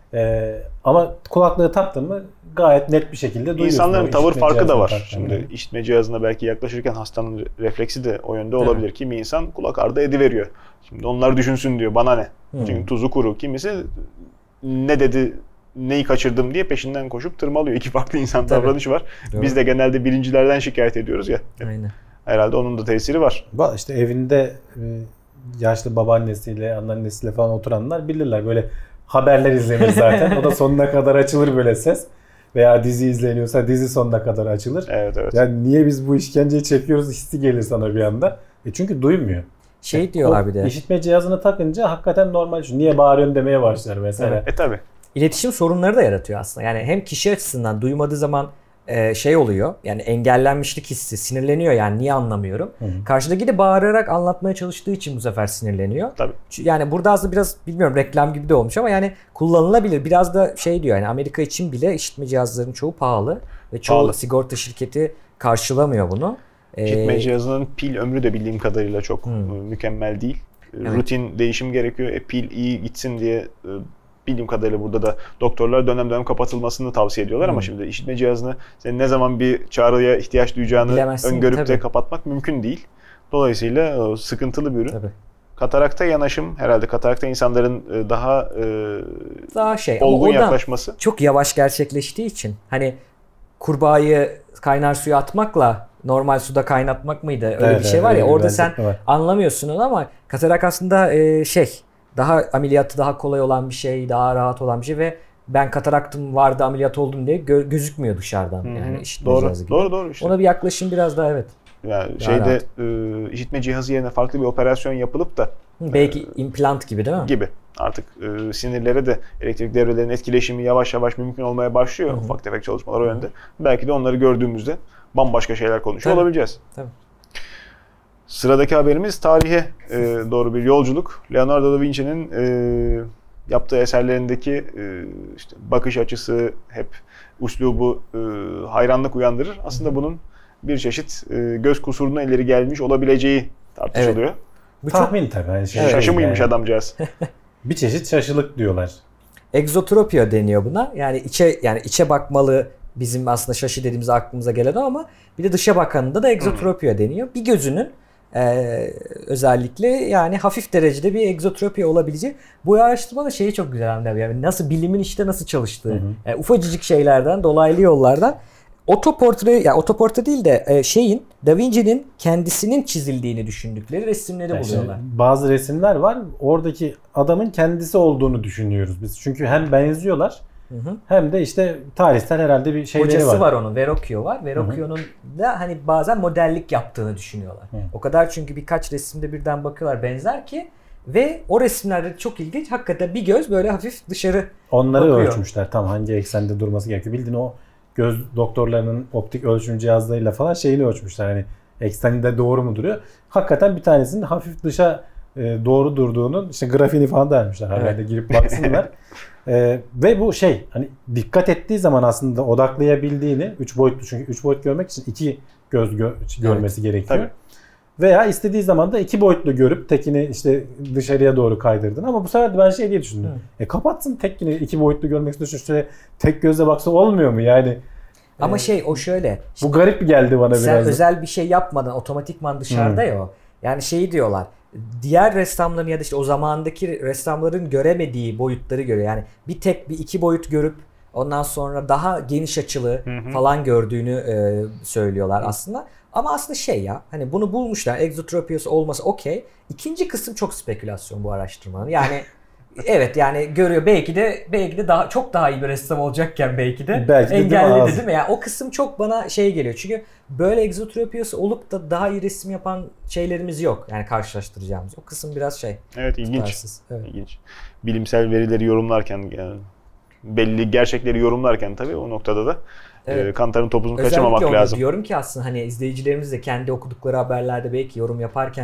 Ama kulaklığı taktın mı gayet net bir şekilde duyuyorsun. İnsanların tavır farkı da var. Şimdi Yani. işitme cihazına belki yaklaşırken hastanın refleksi de o yönde olabilir. Kimi insan kulak ardı ediveriyor. Şimdi onlar düşünsün diyor, bana ne? Çünkü tuzu kuru. Kimisi ne dedi, neyi kaçırdım diye peşinden koşup tırmalıyor. İki farklı insan davranışı var. Doğru. Biz de genelde birincilerden şikayet ediyoruz ya. Aynen. Herhalde onun da tesiri var. İşte evinde yaşlı babaannesiyle, anneannesiyle falan oturanlar bilirler. Böyle haberler izlenir zaten. O da sonuna kadar açılır böyle ses. Veya dizi izleniyorsa dizi sonuna kadar açılır. Evet, evet. Yani niye biz bu işkenceyi çekiyoruz hissi gelir sana bir anda. Çünkü duymuyor. Şey diyorlar bir de. İşitme cihazını takınca hakikaten normal. Niye bağırıyorsun demeye başlar mesela. Tabii. İletişim sorunları da yaratıyor aslında. Yani hem kişi açısından duymadığı zaman şey oluyor. Yani engellenmişlik hissi, sinirleniyor yani niye anlamıyorum. Karşıdaki de bağırarak anlatmaya çalıştığı için bu sefer sinirleniyor. Tabii. Yani burada aslında biraz bilmiyorum reklam gibi de olmuş ama yani kullanılabilir. Biraz da şey diyor yani Amerika için bile işitme cihazlarının çoğu pahalı ve çoğu sigorta şirketi karşılamıyor bunu. İşitme cihazının pil ömrü de bildiğim kadarıyla çok mükemmel değil. Evet. Rutin değişim gerekiyor. Pil iyi gitsin diye bildiğim kadarıyla burada da doktorlar dönem dönem kapatılmasını tavsiye ediyorlar ama şimdi işitme cihazını senin ne zaman bir çağrıya ihtiyaç duyacağını Bilemezsin, öngörüp de tabii. kapatmak mümkün değil. Dolayısıyla sıkıntılı bir ürün. Tabii. Katarakta yanaşım herhalde katarakta insanların daha Daha ama olgun o da yaklaşması. çok yavaş gerçekleştiği için hani kurbağayı kaynar suya atmakla normal suda kaynatmak mıydı? Öyle bir şey var ya orada sen anlamıyorsun onu ama katarak aslında daha ameliyatı daha kolay olan bir şey, daha rahat olan bir şey ve ben kataraktım vardı ameliyat oldum diye gözükmüyor dışarıdan. Yani işitme cihazı gibi. Doğru işte. Ona bir yaklaşım biraz daha evet. Yani Daha işitme cihazı yerine farklı bir operasyon yapılıp da belki implant gibi değil mi? gibi. Artık sinirlere de elektrik devrelerin etkileşimi yavaş yavaş mümkün olmaya başlıyor. Ufak tefek çalışmalar o yönde. Belki de onları gördüğümüzde bambaşka şeyler konuşuyor olabileceğiz. Tabii. Sıradaki haberimiz tarihe doğru bir yolculuk. Leonardo da Vinci'nin yaptığı eserlerindeki işte bakış açısı, hep üslubu hayranlık uyandırır. Aslında bunun bir çeşit göz kusuruna ileri gelmiş olabileceği tartışılıyor. Evet. Bu tahmin tabii. Yani Şaşı mıymış adamcağız? Bir çeşit şaşılık diyorlar. Egzotropia deniyor buna. Yani içe bakmalı bizim aslında şaşı dediğimiz aklımıza gelen o ama bir de dışa bakanında da egzotropia deniyor. Bir gözünün özellikle yani hafif derecede bir egzotropia olabileceği. Bu araştırma da şeyi çok güzel anlıyor. Yani nasıl bilimin işte nasıl çalıştığı. Yani ufacık şeylerden, dolaylı yollardan otoportre değil de Da Vinci'nin kendisinin çizildiğini düşündükleri resimleri buluyorlar. Bazı resimler var. Oradaki adamın kendisi olduğunu düşünüyoruz biz. Çünkü hem benziyorlar hem de işte tarihsel herhalde bir şeyleri var. Hocası var onun. Verrocchio var. Verrocchio'nun da hani bazen modellik yaptığını düşünüyorlar. O kadar çünkü birkaç resimde birden bakıyorlar benzer ki ve o resimlerde çok ilginç. Hakikaten bir göz böyle hafif dışarı onları bakıyor. Ölçmüşler. Tam hangi eksende durması gerekiyor. Bildiğin o göz doktorlarının optik ölçüm cihazlarıyla falan şeyini ölçmüşler. Hani ekseninde doğru mu duruyor? Hakikaten bir tanesinin hafif dışa doğru durduğunun işte grafiğini falan da vermişler. Haberde girip baksınlar. Ve bu hani dikkat ettiği zaman aslında odaklayabildiğini 3 boyutlu çünkü 3 boyut görmek için 2 göz görmesi gerekiyor. Tabii. Veya istediği zaman da 2 boyutlu görüp tekini işte dışarıya doğru kaydırdın. Ama bu sefer de ben diye düşündüm. Kapatsın tekini 2 boyutlu görmek istiyorsun. İşte tek gözle baksa olmuyor mu yani? Ama o şöyle. Bu garip geldi bana biraz. Sen özel bir şey yapmadan otomatikman dışarıda ya o. Yani diyorlar. Diğer ressamların ya da işte o zamandaki ressamların göremediği boyutları görüyor. Yani bir iki boyut görüp ondan sonra daha geniş açılı falan gördüğünü söylüyorlar aslında. Ama aslında hani bunu bulmuşlar. Egzotropiası olması okey. İkinci kısım çok spekülasyon bu araştırmanın. Yani evet yani görüyor belki de daha çok daha iyi bir ressam olacakken belki de engelledi değil mi? Yani o kısım çok bana geliyor. Çünkü böyle egzotropiyası olup da daha iyi resim yapan şeylerimiz yok. Yani karşılaştıracağımız. O kısım biraz Evet ilginç. Evet. İlginç. Bilimsel verileri yorumlarken yani belli gerçekleri yorumlarken tabii o noktada da kantarın topuzunu kaçırmamak lazım. Diyorum ki aslında hani izleyicilerimiz de kendi okudukları haberlerde belki yorum yaparken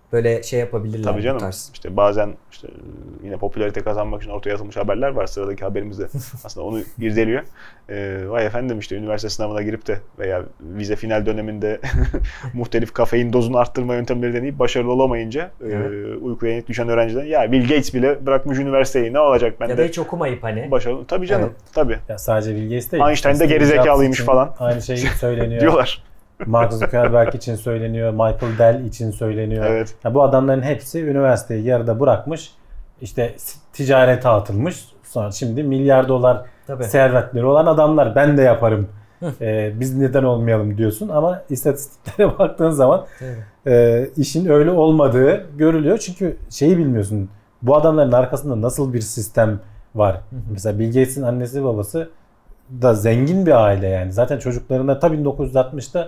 böyle şey yapabilirler. Tabii canım. Bu tarz. İşte bazen işte yine popülarite kazanmak için ortaya atılmış haberler var. Sıradaki haberimizde aslında onu irdeliyor. Vay efendim işte üniversite sınavına girip de veya vize final döneminde muhtelif kafein dozunu arttırma yöntemleri deneyip başarılı olamayınca uykuya yenik düşen öğrenciden ya Bill Gates bile bırakmış üniversiteyi, ne olacak ben ya de da hiç okumayıp hani. başarılı. Tabii canım. Evet. Tabii. Ya sadece Bill Gates değil. Einstein de gerizekalıymış falan. Aynı şey söyleniyor. Diyorlar. Mark Zuckerberg için söyleniyor. Michael Dell için söyleniyor. Evet. Ya bu adamların hepsi üniversiteyi yarıda bırakmış. İşte ticarete atılmış. Sonra şimdi milyar dolar Tabii. servetleri olan adamlar. Ben de yaparım. Biz neden olmayalım diyorsun ama istatistiklere baktığın zaman işin öyle olmadığı görülüyor. Çünkü şeyi bilmiyorsun. Bu adamların arkasında nasıl bir sistem var? Mesela Bill Gates'in annesi babası da zengin bir aile yani. Zaten çocuklarına tabii 1960'ta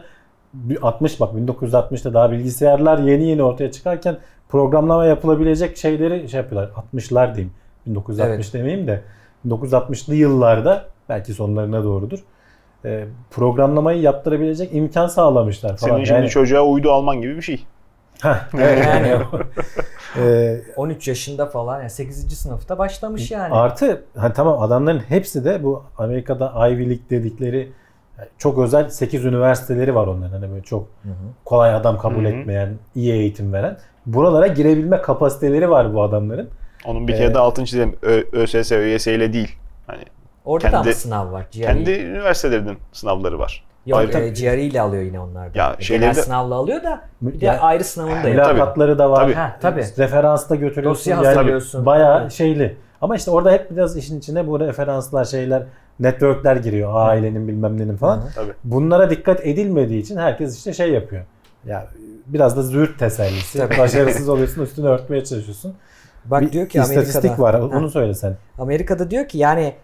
1960'ta daha bilgisayarlar yeni ortaya çıkarken programlama yapılabilecek şeyleri şey yapıyorlar. 60'lar diyeyim. 1960 demeyeyim de 1960'lı yıllarda belki sonlarına doğrudur. Programlamayı yaptırabilecek imkan sağlamışlar falan. Senin şimdi çocuğa uydu alman gibi bir şey. Evet. Yani 13 yaşında falan yani 8. sınıfta başlamış yani. Artı tamam adamların hepsi de bu Amerika'da Ivy League dedikleri çok özel 8 üniversiteleri var onların. Hani böyle çok kolay adam kabul etmeyen, iyi eğitim veren. Buralara girebilme kapasiteleri var bu adamların. Onun bir kere de altını çizelim. ÖSS, ÖYS ile değil. Hani orada da ama sınav var. Kendi üniversitelerinin sınavları var. Yok GRE ile alıyor yine onlar da. Ya genel sınavla alıyor da bir de ayrı sınavını da yapıyor. Mülakatları da var. Tabii. Referansta götürüyorsun. Dosya hazırlıyorsun. Bayağı şeyli. Ama işte orada hep biraz işin içine bu referanslar şeyler, networkler giriyor. Ailenin bilmem nenin falan. Tabii. Bunlara dikkat edilmediği için herkes işte şey yapıyor. Ya biraz da züğürt tesellisi. Tabii. Başarısız oluyorsun, üstünü örtmeye çalışıyorsun. Bak diyor ki İstatistik var. Onu söylesen. Amerika'da diyor ki yani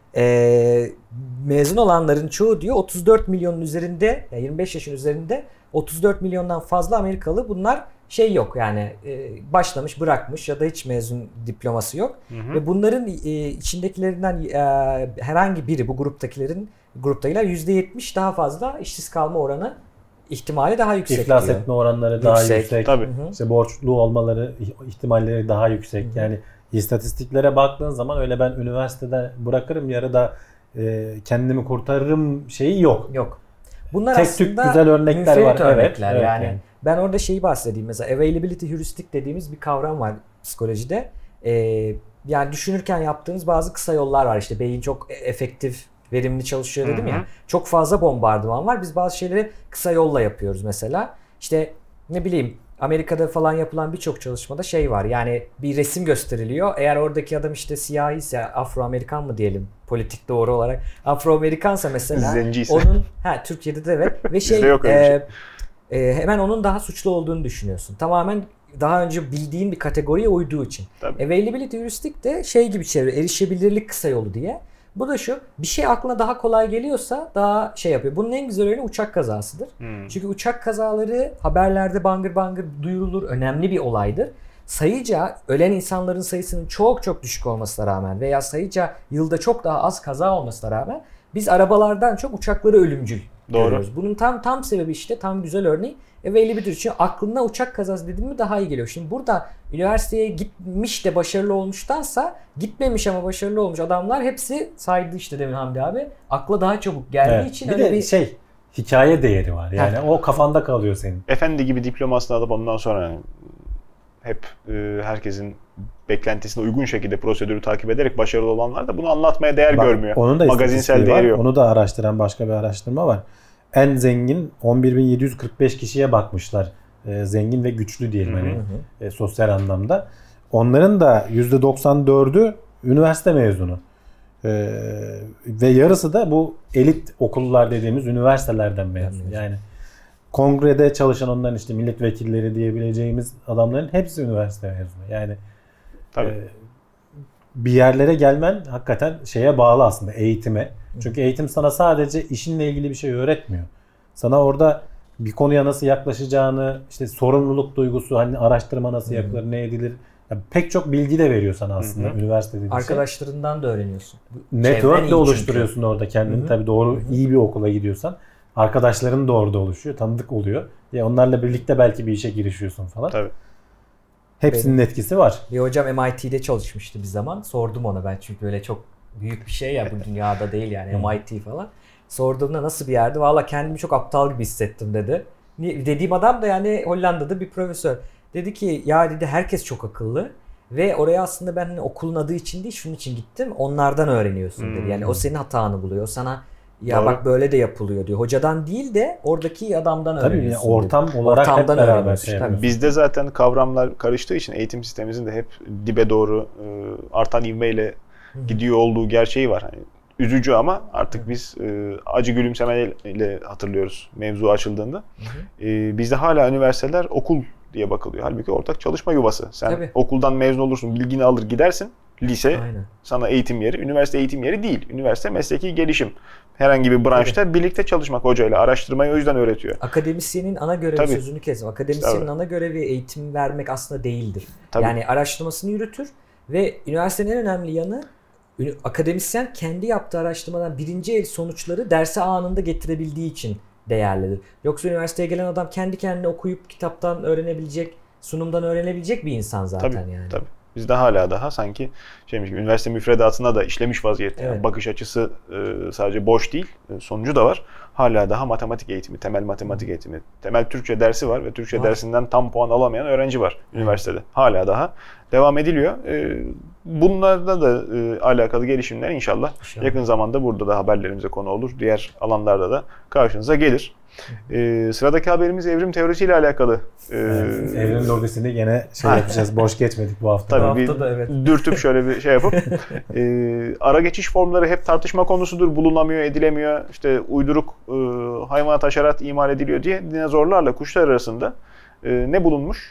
mezun olanların çoğu diyor 34 milyonun üzerinde, 25 yaşın üzerinde 34 milyondan fazla Amerikalı bunlar şey yok yani başlamış bırakmış ya da hiç mezun diploması yok. Ve bunların içindekilerinden herhangi biri bu gruptakiler %70 daha fazla işsiz kalma oranı ihtimali daha yüksek İflas diyor. etme oranları daha yüksek. Tabii. İşte borçlu olmaları ihtimalleri daha yüksek. Yani istatistiklere baktığın zaman öyle ben üniversitede bırakırım yarıda kendimi kurtarırım şeyi yok. Yok. Bunlar tek aslında tük güzel örnekler var. Örnekler evet, yani. Ben orada şeyi bahsedeyim. Mesela availability heuristic dediğimiz bir kavram var psikolojide. Yani düşünürken yaptığınız bazı kısa yollar var. İşte beyin çok efektif, verimli çalışıyor dedim ya. Çok fazla bombardıman var. Biz bazı şeyleri kısa yolla yapıyoruz mesela. İşte ne bileyim Amerika'da falan yapılan birçok çalışmada şey var. Yani bir resim gösteriliyor. Eğer oradaki adam işte siyahi ise Afro-Amerikan mı diyelim politik doğru olarak. Afro-Amerikansa mesela Zenciyse. onun Türkiye'de de evet ve şey yok öyle hemen onun daha suçlu olduğunu düşünüyorsun. Tamamen daha önce bildiğin bir kategoriye uyduğu için. Tabii. Availability heuristic de şey gibi çeviriyor. Erişebilirlik kısa yolu diye. Bu da şu, bir şey aklına daha kolay geliyorsa daha şey yapıyor. Bunun en güzel örneği uçak kazasıdır. Çünkü uçak kazaları haberlerde bangır bangır duyurulur, önemli bir olaydır. Sayıca ölen insanların sayısının çok çok düşük olmasına rağmen veya sayıca yılda çok daha az kaza olmasına rağmen biz arabalardan çok uçakları ölümcül görüyoruz. Bunun tam sebebi işte tam güzel örneği availability için aklına uçak kazası dediğim mi daha iyi geliyor. Şimdi burada üniversiteye gitmiş de başarılı olmuştansa gitmemiş ama başarılı olmuş adamlar hepsi saydı işte demin Hamdi abi. Akla daha çabuk geldiği için bir öyle de şey hikaye değeri var. Yani o kafanda kalıyor senin. Efendi gibi diplomasını alıp ondan sonra hep herkesin beklentisine uygun şekilde prosedürü takip ederek başarılı olanlar da bunu anlatmaya değer görmüyor. Onun da magazinsel değeri yok. Onu da araştıran başka bir araştırma var. En zengin 11.745 kişiye bakmışlar. Zengin ve güçlü diyelim hani sosyal anlamda. Onların da %94'ü üniversite mezunu. Ve yarısı da bu elit okullar dediğimiz üniversitelerden mezun. Yani kongrede çalışan onların işte milletvekilleri diyebileceğimiz adamların hepsi üniversite mezunu. Yani bir yerlere gelmen hakikaten şeye bağlı aslında eğitime. Çünkü eğitim sana sadece işinle ilgili bir şey öğretmiyor. Sana orada bir konuya nasıl yaklaşacağını, işte sorumluluk duygusu, hani araştırma nasıl yapılır, ne edilir. Yani pek çok bilgi de veriyor sana aslında üniversitede. Arkadaşlarından da öğreniyorsun. Network'le oluşturuyorsun orada kendini. Tabii doğru iyi bir okula gidiyorsan. Arkadaşların da orada oluşuyor, tanıdık oluyor. Ya onlarla birlikte belki bir işe girişiyorsun falan. Tabii. Hepsinin etkisi var. Bir hocam MIT'de çalışmıştı bir zaman. Sordum ona ben çünkü öyle çok büyük bir şey ya bu dünyada değil yani MIT falan. Sorduğumda nasıl bir yerdi? Valla kendimi çok aptal gibi hissettim dedi. Dediğim adam da yani Hollanda'da bir profesör. Dedi ki ya dedi herkes çok akıllı. Ve oraya aslında ben hani okulun adı için değil şunun için gittim. Onlardan öğreniyorsun dedi. Yani o senin hatanı buluyor. Sana ya Doğru. bak böyle de yapılıyor diyor. Hocadan değil de oradaki adamdan öğreniyorsun. Tabii ortam olarak hep beraber şey yapıyorsun. Bizde zaten kavramlar karıştığı için eğitim sistemimizin de hep dibe doğru artan ivmeyle gidiyor olduğu gerçeği var. Hani üzücü ama artık biz acı gülümsemeyle hatırlıyoruz mevzu açıldığında. Bizde hala üniversiteler okul diye bakılıyor. Halbuki ortak çalışma yuvası. Sen okuldan mezun olursun, bilgini alır gidersin. Lise sana eğitim yeri, üniversite eğitim yeri değil. Üniversite mesleki gelişim. Herhangi bir branşta birlikte çalışmak hocayla. Araştırmayı o yüzden öğretiyor. Akademisyenin ana görevi sözünü kestim. Akademisyenin ana görevi eğitim vermek aslında değildir. Yani araştırmasını yürütür ve üniversitenin en önemli yanı akademisyen kendi yaptığı araştırmadan birinci el sonuçları derse anında getirebildiği için değerlidir. Yoksa üniversiteye gelen adam kendi kendine okuyup kitaptan öğrenebilecek, sunumdan öğrenebilecek bir insan zaten yani. Tabii. Bizde hala daha sanki şeymiş gibi üniversite müfredatına da işlemiş vaziyette. Yani bakış açısı sadece boş değil, sonucu da var. Hala daha matematik eğitimi, temel matematik eğitimi, temel Türkçe dersi var ve Türkçe dersinden tam puan alamayan öğrenci var üniversitede. Hala daha devam ediliyor. Bunlarla da alakalı gelişimler inşallah yakın zamanda burada da haberlerimize konu olur. Diğer alanlarda da karşınıza gelir. Sıradaki haberimiz evrim teorisiyle alakalı. Evrim lobisini gene yapacağız. Boş geçmedik bu hafta. Tabii bu hafta da dürtüp şöyle bir şey yapıp ara geçiş formları hep tartışma konusudur. Bulunamıyor, edilemiyor. İşte uyduruk hayvanat haşerat imal ediliyor diye dinozorlarla kuşlar arasında ne bulunmuş?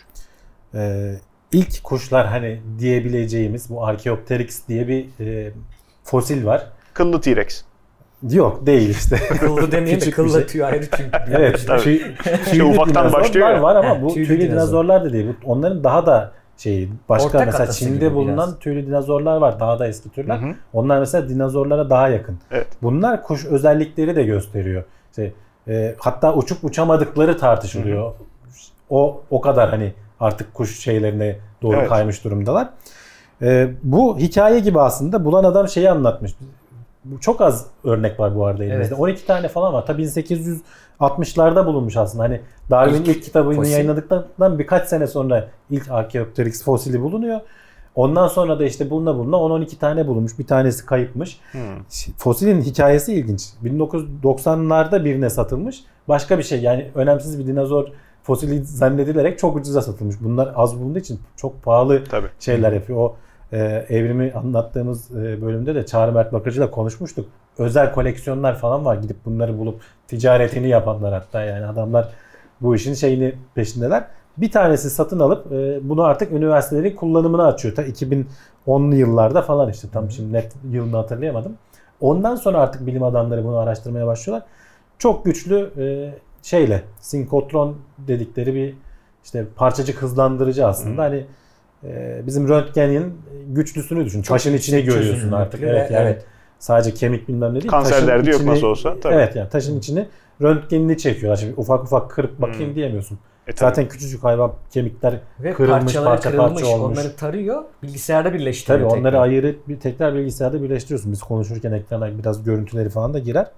İlk kuşlar hani diyebileceğimiz bu Archaeopteryx diye bir fosil var. Kıllı T-Rex. Yok değil işte. Kıllı demeyelim de kıllı tüy ayrı çünkü. Evet. İşte ufaktan başlıyor var ama bu tüylü dinozorlar da değil. Onların daha da başka ortak mesela Çin'de bulunan tüylü dinozorlar var. Daha da eski türler. Onlar mesela dinozorlara daha yakın. Evet. Bunlar kuş özellikleri de gösteriyor. Hatta uçup uçamadıkları tartışılıyor. O kadar hani artık kuş şeylerine doğru kaymış durumdalar. Bu hikaye gibi aslında bulan adam şeyi anlatmış. Çok az örnek var bu arada elimizde. 12 tane falan var. Tabii 1860'larda bulunmuş aslında. Hani Darwin ilk kitabını yayınladıktan birkaç sene sonra ilk Archaeopteryx fosili bulunuyor. Ondan sonra da işte buluna 10-12 tane bulunmuş. Bir tanesi kayıpmış. Fosilin hikayesi ilginç. 1990'larda birine satılmış. Başka bir şey yani önemsiz bir dinozor fosili zannedilerek çok ucuza satılmış. Bunlar az bulunduğu için çok pahalı şeyler yapıyor. O evrimi anlattığımız bölümde de Çağrı Mert Bakırcı'yla konuşmuştuk. Özel koleksiyonlar falan var. Gidip bunları bulup ticaretini yapanlar hatta yani adamlar bu işin peşindeler. Bir tanesi satın alıp bunu artık üniversitelerin kullanımına açıyor. Ta 2010'lu yıllarda falan işte tam şimdi net yılını hatırlayamadım. Ondan sonra artık bilim adamları bunu araştırmaya başlıyorlar. Çok güçlü sinkotron dedikleri bir işte parçacık hızlandırıcı aslında. Hani bizim röntgenin güçlüsünü düşün. Taşın içine görüyorsun artık. Evet. Sadece kemik bilmem ne değil. Kanser derdi yok nasıl olsa. Tabii. Evet yani taşın içini röntgenini çekiyorlar. Şimdi ufak kırıp bakayım diyemiyorsun. Zaten küçücük hayvan kemikler ve kırılmış, parça olmuş. Onları tarıyor, bilgisayarda birleştiriyor. Tabii onları ayırıp tekrar bilgisayarda birleştiriyorsun. Biz konuşurken ekrana biraz görüntüleri falan da girer.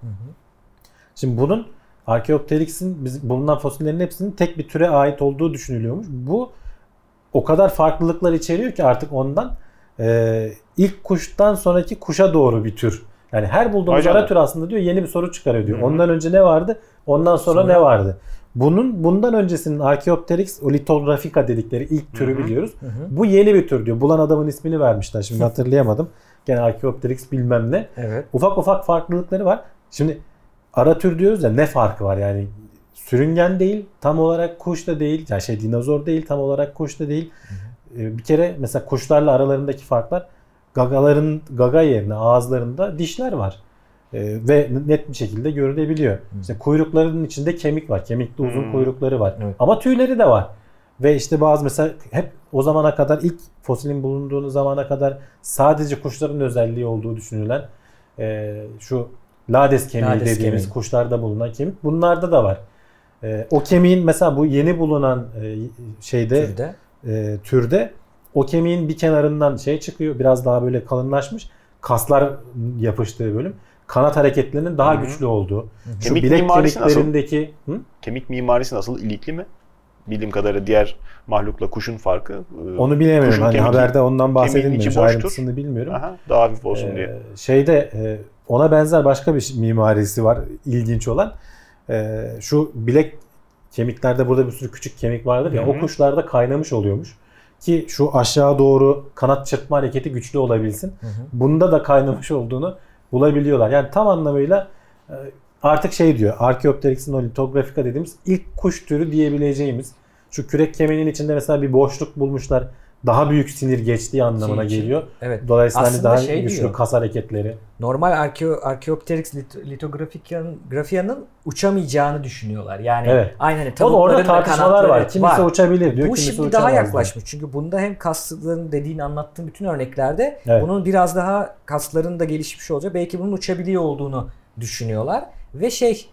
Şimdi bunun Archaeopteryx'in bulunan fosillerin hepsinin tek bir türe ait olduğu düşünülüyormuş. Bu o kadar farklılıklar içeriyor ki artık ondan ilk kuştan sonraki kuşa doğru bir tür. Yani her bulduğumuz ara tür aslında diyor yeni bir soru çıkarıyor diyor. Ondan önce ne vardı? Ondan sonra ne vardı? Bundan öncesinin Archaeopteryx Lithotraphica dedikleri ilk türü biliyoruz. Bu yeni bir tür diyor. Bulan adamın ismini vermişler. Şimdi hatırlayamadım. Gene Archaeopteryx bilmem ne. Evet. Ufak farklılıkları var. Şimdi ara tür diyoruz ya ne farkı var yani? Sürüngen değil, tam olarak kuş da değil. Yani dinozor değil, tam olarak kuş da değil. Bir kere mesela kuşlarla aralarındaki farklar gaga yerine ağızlarında dişler var. Ve net bir şekilde görülebiliyor. İşte kuyruklarının içinde kemik var. Kemikli uzun kuyrukları var. Evet. Ama tüyleri de var. Ve işte bazı mesela hep o zamana kadar ilk fosilin bulunduğu zamana kadar sadece kuşların özelliği olduğu düşünülen şu lades kemiği dediğimiz kuşlarda bulunan kemik bunlarda da var. O kemiğin mesela bu yeni bulunan türde o kemiğin bir kenarından şey çıkıyor. Biraz daha böyle kalınlaşmış. Kaslar yapıştığı bölüm. Kanat hareketlerinin daha güçlü olduğu. Şu Kemik bilek mimarisi kemiklerindeki... Kemik mimarisi nasıl? İlikli mi? Bildiğim kadarıyla diğer mahlukla kuşun farkı. Onu bilemiyorum. Kuşun Hani haberde ondan bahsedilmemiş. içi boştur. Ayrıntısını bilmiyorum. Aha, daha hafif olsun diye. Şeyde ona benzer başka bir mimarisi var ilginç olan. Şu bilek kemiklerde burada bir sürü küçük kemik vardır ya, o kuşlarda kaynamış oluyormuş. Ki şu aşağı doğru kanat çırpma hareketi güçlü olabilsin. Bunda da kaynamış olduğunu bulabiliyorlar. Yani tam anlamıyla artık şey diyor, Archaeopteryx'in o litografika dediğimiz ilk kuş türü diyebileceğimiz. Şu kürek kemiğinin içinde mesela bir boşluk bulmuşlar. Daha büyük sinir geçtiği anlamına geliyor. Evet. Dolayısıyla hani daha şey güçlü diyor, kas hareketleri. normal Archaeopteryx litografiyanın uçamayacağını düşünüyorlar. Yani Evet. aynı hani Orada tavukların da tartışmalar kanatları var. Kimisi uçabilir diyor, Bu kimisi şimdi daha uçamaz yaklaşmış. Çünkü bunda hem kasların dediğini anlattığım bütün örneklerde Evet. bunun biraz daha kasların da gelişmiş olacak. Belki bunun uçabiliyor olduğunu düşünüyorlar. Ve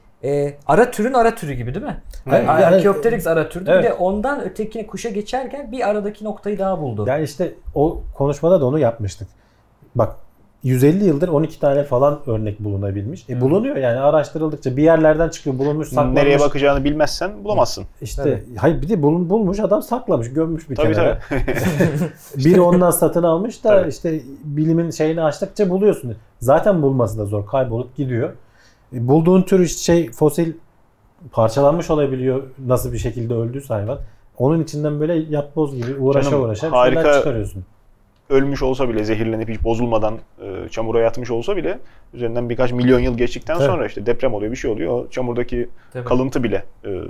ara türün ara türü gibi değil mi? Evet. Archaeopteryx ara türdü. Evet. Bir de ondan ötekine kuşa geçerken bir aradaki noktayı daha buldu. Yani işte o konuşmada da onu yapmıştık. Bak 150 yıldır 12 tane falan örnek bulunabilmiş. Bulunuyor yani, araştırıldıkça bir yerlerden çıkıyor, bulunmuş, saklanmış. Nereye bakacağını bilmezsen bulamazsın. İşte Tabii. hayır, bir de bulmuş adam, saklamış, gömmüş bir Tabii kenara. tabii. Biri ondan satın almış da Tabii. işte bilimin şeyini açtıkça buluyorsun. Zaten bulması da zor, kaybolup gidiyor. Bulduğun tür fosil parçalanmış olabiliyor, nasıl bir şekilde öldüyse hayvan. Onun içinden böyle yapboz gibi uğraşa Canım, uğraşa harika. şeyler çıkarıyorsun. Ölmüş olsa bile, zehirlenip hiç bozulmadan çamura yatmış olsa bile üzerinden birkaç milyon yıl geçtikten Tabii. sonra işte deprem oluyor, bir şey oluyor. O çamurdaki Tabii. kalıntı bile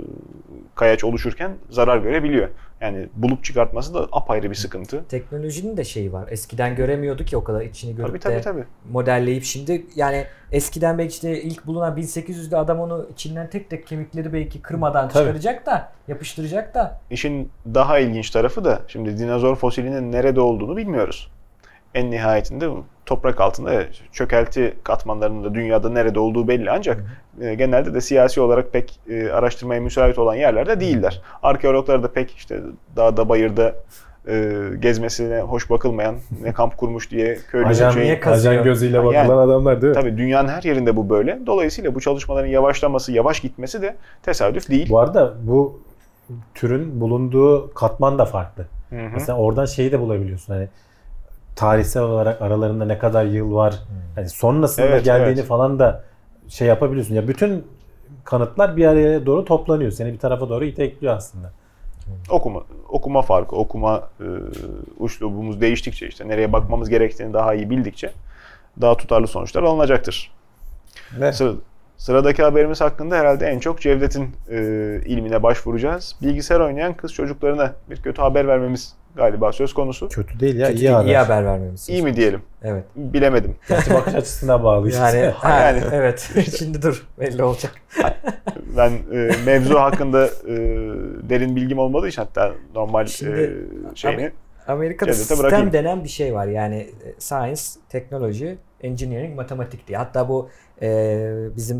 kayaç oluşurken zarar görebiliyor. Yani bulup çıkartması da apayrı bir sıkıntı. Teknolojinin de şeyi var. Eskiden göremiyorduk ki o kadar içini görüp Tabii. modelleyip şimdi yani eskiden belki işte ilk bulunan 1800'de adam onu içinden tek tek kemikleri belki kırmadan Tabii. çıkaracak da yapıştıracak da. İşin daha ilginç tarafı da şimdi dinozor fosilinin nerede olduğunu bilmiyoruz. En nihayetinde toprak altında çökelti katmanlarında dünyada nerede olduğu belli, ancak genelde de siyasi olarak pek araştırmaya müsait olan yerlerde değiller. Arkeologlar da pek işte dağda bayırda gezmesine hoş bakılmayan, ne kamp kurmuş diye köylüce Ajan gözüyle bakılan Yani, adamlar değil mi? Tabii dünyanın her yerinde bu böyle. Dolayısıyla bu çalışmaların yavaşlaması, yavaş gitmesi de tesadüf değil. Bu arada bu türün bulunduğu katman da farklı. Mesela oradan şeyi de bulabiliyorsun. Hani tarihsel olarak aralarında ne kadar yıl var, hani sonrasında geldiğini falan da şey yapabiliyorsun. Ya bütün kanıtlar bir araya doğru toplanıyor. Seni bir tarafa doğru itekliyor aslında. Okuma farkı, üslubumuz değiştikçe, işte nereye bakmamız gerektiğini daha iyi bildikçe daha tutarlı sonuçlar alınacaktır. Sıradaki haberimiz hakkında herhalde en çok Cevdet'in ilmine başvuracağız. Bilgisayar oynayan kız çocuklarına bir kötü haber vermemiz galiba söz konusu. Kötü değil ya, Kötü iyi değil, haber. iyi haber vermemiz. İyi mi diyelim? Evet. Bilemedim. Bakış açısına bağlı işte. Yani evet. Şimdi dur, belli olacak. Ben mevzu hakkında derin bilgim olmadığı için, hatta normal şeyini Amerika'da Cevdet'e sistem bırakayım. denen bir şey var. Yani science, technology, engineering, matematik diye. Hatta bu bizim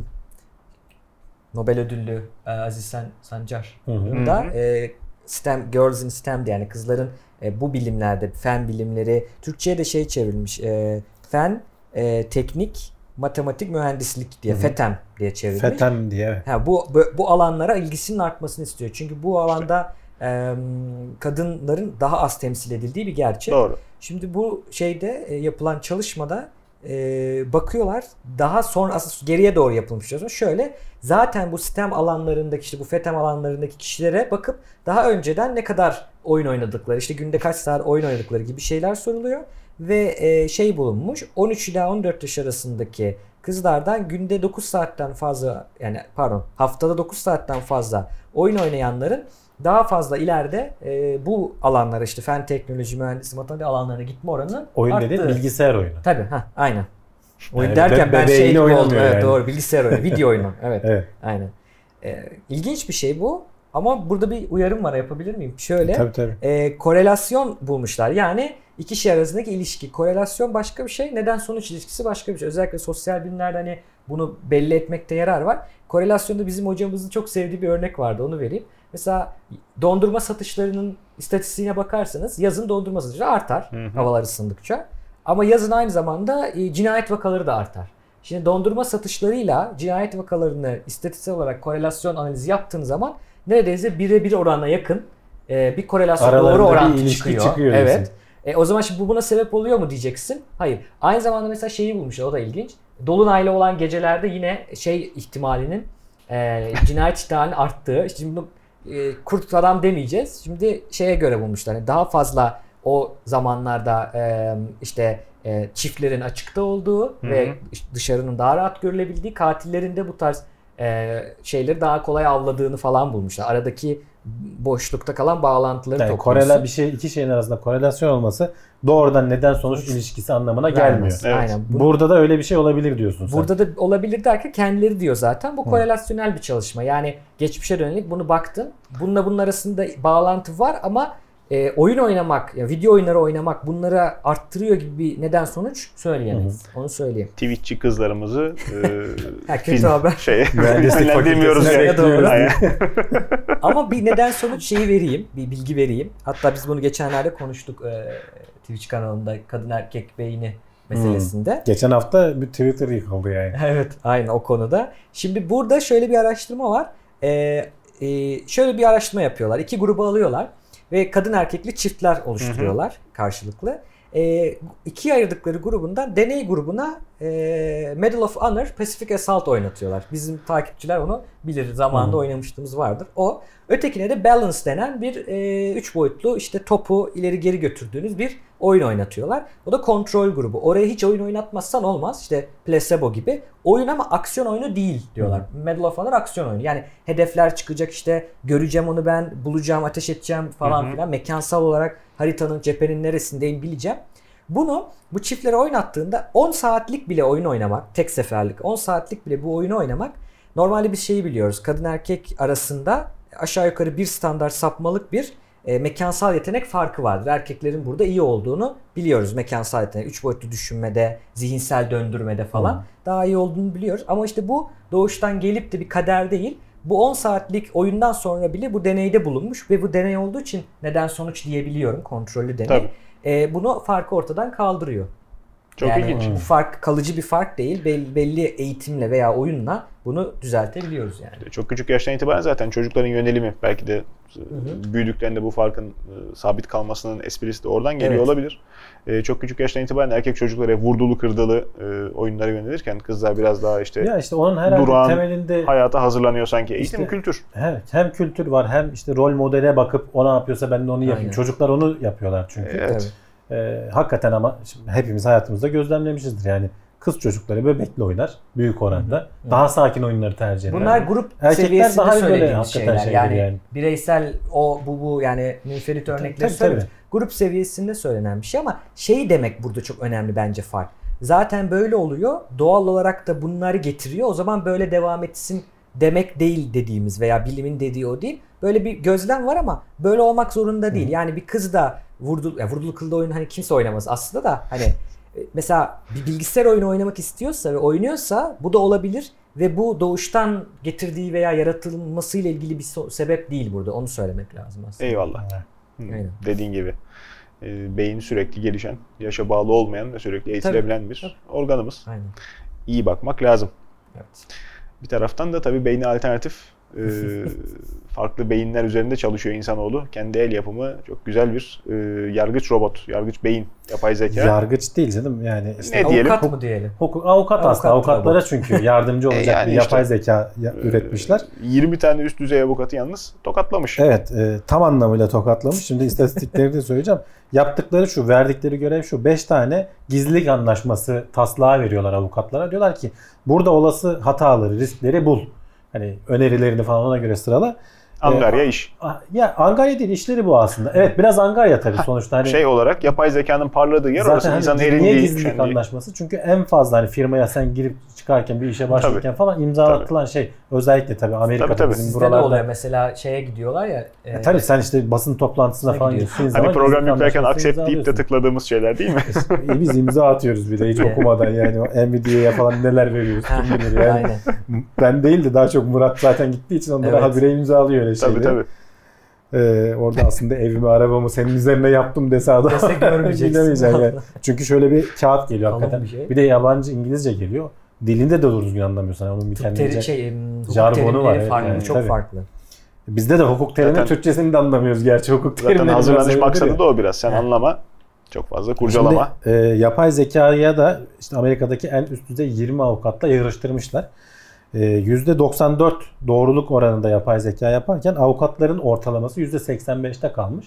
Nobel ödüllü Aziz Sancar da STEM, Girls in STEM diye, yani kızların bu bilimlerde, fen bilimleri, Türkçe'ye de şey çevrilmiş. Fen, teknik, matematik, mühendislik diye, FETEM diye çevrilmiş. FETEM diye, evet. Bu alanlara ilgisinin artmasını istiyor. Çünkü bu alanda kadınların daha az temsil edildiği bir gerçek. Doğru. Şimdi bu şeyde yapılan çalışmada bakıyorlar, daha sonra aslında geriye doğru yapılmış çalışma. Şöyle, zaten bu STEM alanlarındaki, işte bu FETEM alanlarındaki kişilere bakıp daha önceden ne kadar oyun oynadıkları, işte günde kaç saat oyun oynadıkları gibi şeyler soruluyor ve bulunmuş, 13 ila 14 yaş arasındaki kızlardan günde 9 saatten fazla, yani pardon, haftada 9 saatten fazla oyun oynayanların daha fazla ileride bu alanlara, işte fen, teknoloji, mühendislik, matematik alanlarına gitme oranının oyun arttığı. dediğin bilgisayar oyunu. Tabii, aynen. Oyun Yani derken ben şey gibi oldum. Evet, yani. doğru, bilgisayar oyunu, video oyunu. Evet, Evet. aynen. İlginç bir şey bu. Ama burada bir uyarım var, yapabilir miyim? Şöyle, Tabii. Korelasyon bulmuşlar. Yani iki şey arasındaki ilişki. Korelasyon başka bir şey, neden sonuç ilişkisi başka bir şey. Özellikle sosyal bilimlerde hani bunu belli etmekte yarar var. Korelasyonda bizim hocamızın çok sevdiği bir örnek vardı, onu vereyim. mesela dondurma satışlarının istatistiğine bakarsanız yazın dondurma satışları artar havalar ısındıkça. Ama yazın aynı zamanda cinayet vakaları da artar. Şimdi dondurma satışlarıyla cinayet vakalarını istatistiksel olarak korelasyon analizi yaptığınız zaman neredeyse birebir oranına yakın bir korelasyon, doğru orantı çıkıyor. Evet. O zaman şimdi bu buna sebep oluyor mu diyeceksin? Hayır. Aynı zamanda mesela şeyi bulmuşlar, o da ilginç. Dolunaylı olan gecelerde yine ihtimalinin cinayet ihtimalinin arttığı. Şimdi kurt adam demeyeceğiz. Şimdi şeye göre bulmuşlar. Yani daha fazla o zamanlarda çiftlerin açıkta olduğu ve dışarının daha rahat görülebildiği, katillerin de bu tarz şeyleri daha kolay avladığını falan bulmuşlar. Aradaki boşlukta kalan bağlantıları yani topluyorsun. iki şeyin arasında korelasyon olması doğrudan neden sonuç ilişkisi anlamına gelmiyor. Evet. Aynen. Burada da öyle bir şey olabilir diyorsun sen. Burada da olabilir derken kendileri diyor zaten. Bu korelasyonel bir çalışma. Yani geçmişe dönelik bunu baktın. Bununla bunun arasında bağlantı var ama oyun oynamak, yani video oyunları oynamak bunları arttırıyor gibi bir neden sonuç söyleyemeyiz. Onu söyleyeyim. Twitch'çi kızlarımızı kötü haber. Mühendislik yönlendirmiyoruz. Ama bir neden sonuç şeyi vereyim, bir bilgi vereyim. Hatta biz bunu geçenlerde konuştuk Twitch kanalında kadın erkek beyni meselesinde. Geçen hafta bir Twitter yıkıldı yani. Evet, aynı o konuda. Şimdi burada şöyle bir araştırma var. Şöyle bir araştırma yapıyorlar. 2 grubu alıyorlar ve kadın erkekli çiftler oluşturuyorlar karşılıklı. 2 ayırdıkları grubundan deney grubuna Medal of Honor Pacific Assault oynatıyorlar. Bizim takipçiler onu bilir. Zamanında oynamışlığımız vardır. O. Ötekine de Balance denen bir 3 boyutlu topu ileri geri götürdüğünüz bir oyun oynatıyorlar. O da kontrol grubu. Oraya hiç oyun oynatmazsan olmaz. Placebo gibi. Oyun ama aksiyon oyunu değil diyorlar. Medal of Honor aksiyon oyunu. Yani hedefler çıkacak, göreceğim onu ben, bulacağım, ateş edeceğim falan filan. Mekansal olarak haritanın, cephenin neresindeyim bileceğim. Bu çiftlere oynattığında 10 saatlik bile oyun oynamak, tek seferlik 10 saatlik bile bu oyunu oynamak, normalde biz şeyi biliyoruz. Kadın erkek arasında aşağı yukarı bir standart sapmalık bir mekansal yetenek farkı vardır. Erkeklerin burada iyi olduğunu biliyoruz. Mekansal yetenek, 3 boyutlu düşünmede, zihinsel döndürmede falan daha iyi olduğunu biliyoruz. Ama bu doğuştan gelip de bir kader değil. Bu 10 saatlik oyundan sonra bile bu deneyde bulunmuş ve bu deney olduğu için neden sonuç diyebiliyorum. Kontrollü deney. Bunu farkı ortadan kaldırıyor. Çok ilginç. Bu fark kalıcı bir fark değil. Belli eğitimle veya oyunla bunu düzeltebiliyoruz yani. Çok küçük yaştan itibaren zaten çocukların yönelimi belki de büyüdüklerinde bu farkın sabit kalmasının esprisi de oradan geliyor olabilir. Çok küçük yaştan itibaren erkek çocuklara vurdulu kırdılı oyunlara yönelirken kızlar biraz daha onun herhalde durağan, temelinde hayata hazırlanıyor sanki. Eğitim, kültür. Evet, hem kültür var hem rol modele bakıp o ne yapıyorsa ben de onu yapayım. Aynen. Çocuklar onu yapıyorlar çünkü. Evet. Hakikaten ama hepimiz hayatımızda gözlemlemişizdir yani. Kız çocukları bebekle oynar büyük oranda. Daha sakin oyunları tercih ederler. Bunlar grup seviyesinde söylediğimiz şeyler. Yani bireysel bu yani münferit örnekleri söylüyoruz. Grup seviyesinde söylenen bir şey ama demek burada çok önemli bence fark. Zaten böyle oluyor. Doğal olarak da bunları getiriyor. O zaman böyle devam etsin demek değil dediğimiz veya bilimin dediği o değil. Böyle bir gözlem var ama böyle olmak zorunda değil. Yani bir kız da vurdulu kıldı oyunu kimse oynamaz aslında da mesela bir bilgisayar oyunu oynamak istiyorsa ve oynuyorsa bu da olabilir ve bu doğuştan getirdiği veya yaratılmasıyla ilgili bir sebep değil burada. Onu söylemek lazım aslında. Eyvallah. Aynen. Dediğin gibi. Beyin sürekli gelişen, yaşa bağlı olmayan ve sürekli eğitilebilen bir organımız. Aynen. İyi bakmak lazım. Evet. Bir taraftan da tabii beyni alternatif farklı beyinler üzerinde çalışıyor insanoğlu. Kendi el yapımı çok güzel bir yargıç robot, yargıç beyin, yapay zeka. Yargıç değil canım yani. Ne diyelim? Avukat mı diyelim? Avukat aslında. Avukatlara robot. çünkü yardımcı olacak bir yapay zeka üretmişler. 20 tane üst düzey avukatı yalnız tokatlamış. Evet, tam anlamıyla tokatlamış. Şimdi istatistikleri de söyleyeceğim. Yaptıkları şu, verdikleri görev şu. 5 tane gizlilik anlaşması taslağı veriyorlar avukatlara. Diyorlar ki burada olası hataları, riskleri bul. Önerilerini falan ona göre sırala. Angarya iş. Ya angarya değil, işleri bu aslında. Evet, biraz angarya tabii sonuçta. Olarak yapay zekanın parladığı yer orası. İnsanın erindiği. Niye gizlilik anlaşması? Çünkü en fazla firmaya sen girip çıkarken bir işe başlarken falan imzalatılan özellikle tabii Amerika'da bizim Sizde buralarda. ne oluyor mesela gidiyorlar ya. Tabii sen basın toplantısına falan gittiğin zaman. Program yüklerken accept deyip de tıkladığımız şeyler değil mi? Biz imza atıyoruz bir de hiç okumadan yani. Nvidia'ya falan neler veriyoruz kim bilir yani. Ben değil de daha çok Murat zaten gittiği için onlara habire imzalıyor öyle şeyleri. Tabii. Orada aslında evimi, arabamı senin üzerine yaptım dese adam bilemeyeceksin yani. Çünkü şöyle bir kağıt geliyor hakikaten. Bir de yabancı İngilizce geliyor. Dilinde de doğru düzgün anlamıyorsun. Yani onun bir kendince jargonu var. Farklı, yani, çok tabii. farklı. Bizde de hukuk terimi Türkçesini de anlamıyoruz gerçi. Hukuk zaten terimleri hazırlanış maksadı da o biraz. Sen anlama. Çok fazla kurcalama. Şimdi, yapay zekaya da işte Amerika'daki en üst düzey 20 avukatla yarıştırmışlar. %94 doğruluk oranında yapay zeka yaparken avukatların ortalaması %85'te kalmış.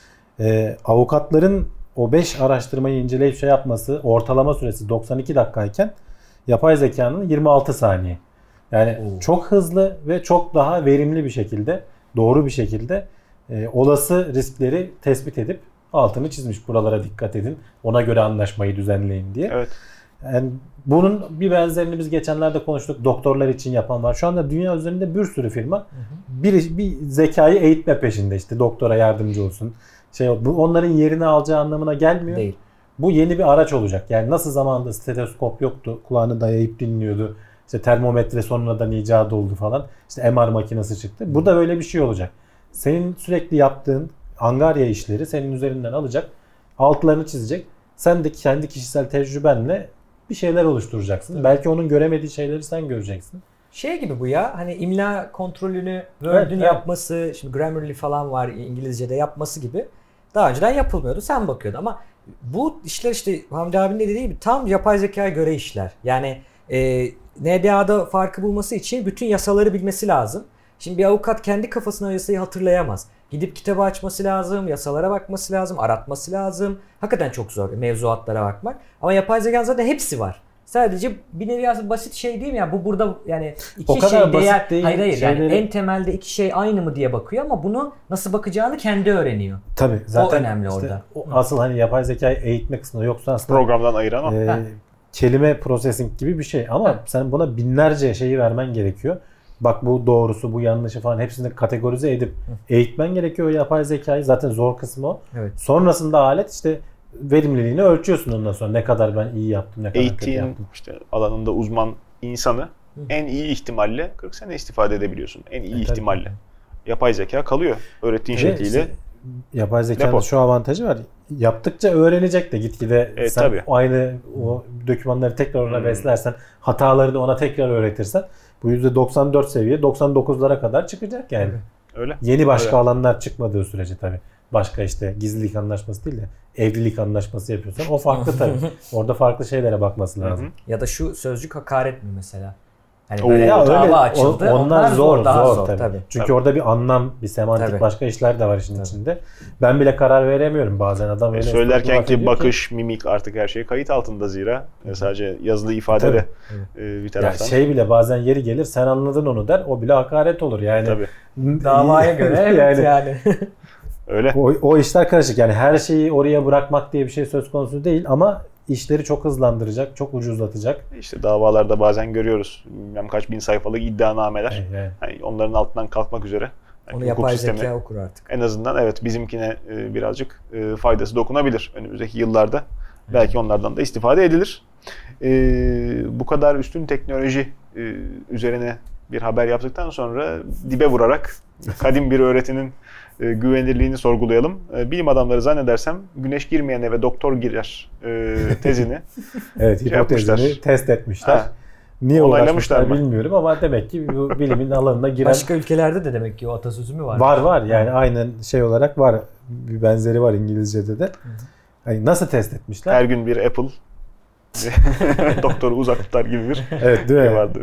Avukatların o 5 araştırmayı inceleyip şey yapması ortalama süresi 92 dakikayken yapay zekanın 26 saniye. Yani çok hızlı ve çok daha verimli bir şekilde, doğru bir şekilde olası riskleri tespit edip altını çizmiş. Buralara dikkat edin. Ona göre anlaşmayı düzenleyin diye. Evet. Yani bunun bir benzerini biz geçenlerde konuştuk. Doktorlar için yapan var. Şu anda dünya üzerinde bir sürü firma bir zekayı eğitme peşinde, işte doktora yardımcı olsun. Bu onların yerini alacağı anlamına gelmiyor. Değil. Bu yeni bir araç olacak. Yani nasıl zamanında stetoskop yoktu, kulağını dayayıp dinliyordu. İşte termometre sonradan icat oldu falan. İşte MR makinesi çıktı. Burada böyle bir şey olacak. Senin sürekli yaptığın angarya işleri senin üzerinden alacak. Altlarını çizecek. Sen de kendi kişisel tecrübenle bir şeyler oluşturacaksın. Evet. Belki onun göremediği şeyleri sen göreceksin. Şey gibi bu ya, hani imla kontrolünü Word'ün yapması, şimdi Grammarly falan var İngilizce'de yapması gibi daha önceden yapılmıyordu. Sen bakıyordun ama bu işler işte Hamdi abinin de dediği gibi tam yapay zekaya göre işler. Yani NDA'da farkı bulması için bütün yasaları bilmesi lazım. Şimdi bir avukat kendi kafasına yasayı hatırlayamaz. Gidip kitabı açması lazım, yasalara bakması lazım, aratması lazım. Hakikaten çok zor mevzuatlara bakmak. Ama yapay zeka zaten hepsi var. Sadece bir nevi basit şey değil mi ya? Bu burada yani iki şey değer. Hayır yani en temelde iki şey aynı mı diye bakıyor ama bunu nasıl bakacağını kendi öğreniyor. Tabii zaten o önemli işte orada. Asıl hani yapay zekayı eğitme kısmında, yoksa aslında programdan ayıran o. Kelime processing gibi bir şey ama sen buna binlerce şeyi vermen gerekiyor. Bak bu doğrusu, bu yanlışı falan hepsini kategorize edip eğitmen gerekiyor o yapay zekayı. Zaten zor kısmı o. Evet. Sonrasında alet işte verimliliğini ölçüyorsun ondan sonra. Ne kadar ben iyi yaptım, ne kadar kötü yaptım. İşte alanında uzman insanı en iyi ihtimalle 40 sene istifade edebiliyorsun. En iyi ihtimalle. Yapay zeka kalıyor öğrettiğin şekliyle. Işte, yapay zekanın şu avantajı var. Yaptıkça öğrenecek de gitgide. Sen tabii. Aynı o dokümanları tekrar ona beslersen, hatalarını ona tekrar öğretirsen bu %94 seviye 99'lara kadar çıkacak yani. Öyle. Yeni başka alanlar çıkmadığı sürece tabii. Başka işte gizlilik anlaşması değil de evlilik anlaşması yapıyorsan o farklı tabii. Orada farklı şeylere bakması lazım. Ya da şu sözcük hakaret mi mesela? Hani böyle dava açıldı. Onlar zor tabii. Tabii. Çünkü orada bir anlam, bir semantik başka işler de var işin içinde. Ben bile karar veremiyorum bazen, adam öyle. Söylerken ki bakış, mimik artık her şey kayıt altında zira. Sadece yazılı ifade de bir taraftan. Yani şey bile bazen yeri gelir sen anladın onu der, o bile hakaret olur yani. Tabii. Davaya göre evet yani. Öyle. O işler karışık yani, her şeyi oraya bırakmak diye bir şey söz konusu değil ama işleri çok hızlandıracak, çok ucuzlatacak. İşte davalarda bazen görüyoruz. Bilmem kaç bin sayfalık iddianameler. Evet. Yani onların altından kalkmak üzere. Yani onu yapay zeka okur artık. En azından bizimkine birazcık faydası dokunabilir önümüzdeki yıllarda. Belki onlardan da istifade edilir. Bu kadar üstün teknoloji üzerine bir haber yaptıktan sonra dibe vurarak kadim bir öğretinin güvenilirliğini sorgulayalım. Bilim adamları zannedersem güneş girmeyen eve doktor girer tezini hipotezini test etmişler. Niye uğraşmışlar bilmiyorum ama demek ki bu bilimin alanına giren... Başka ülkelerde de demek ki o atasözü mü var? Var yani aynen şey olarak var. Bir benzeri var İngilizce'de de. Yani nasıl test etmişler? Her gün bir Apple doktoru uzak tutar gibi bir şey vardı.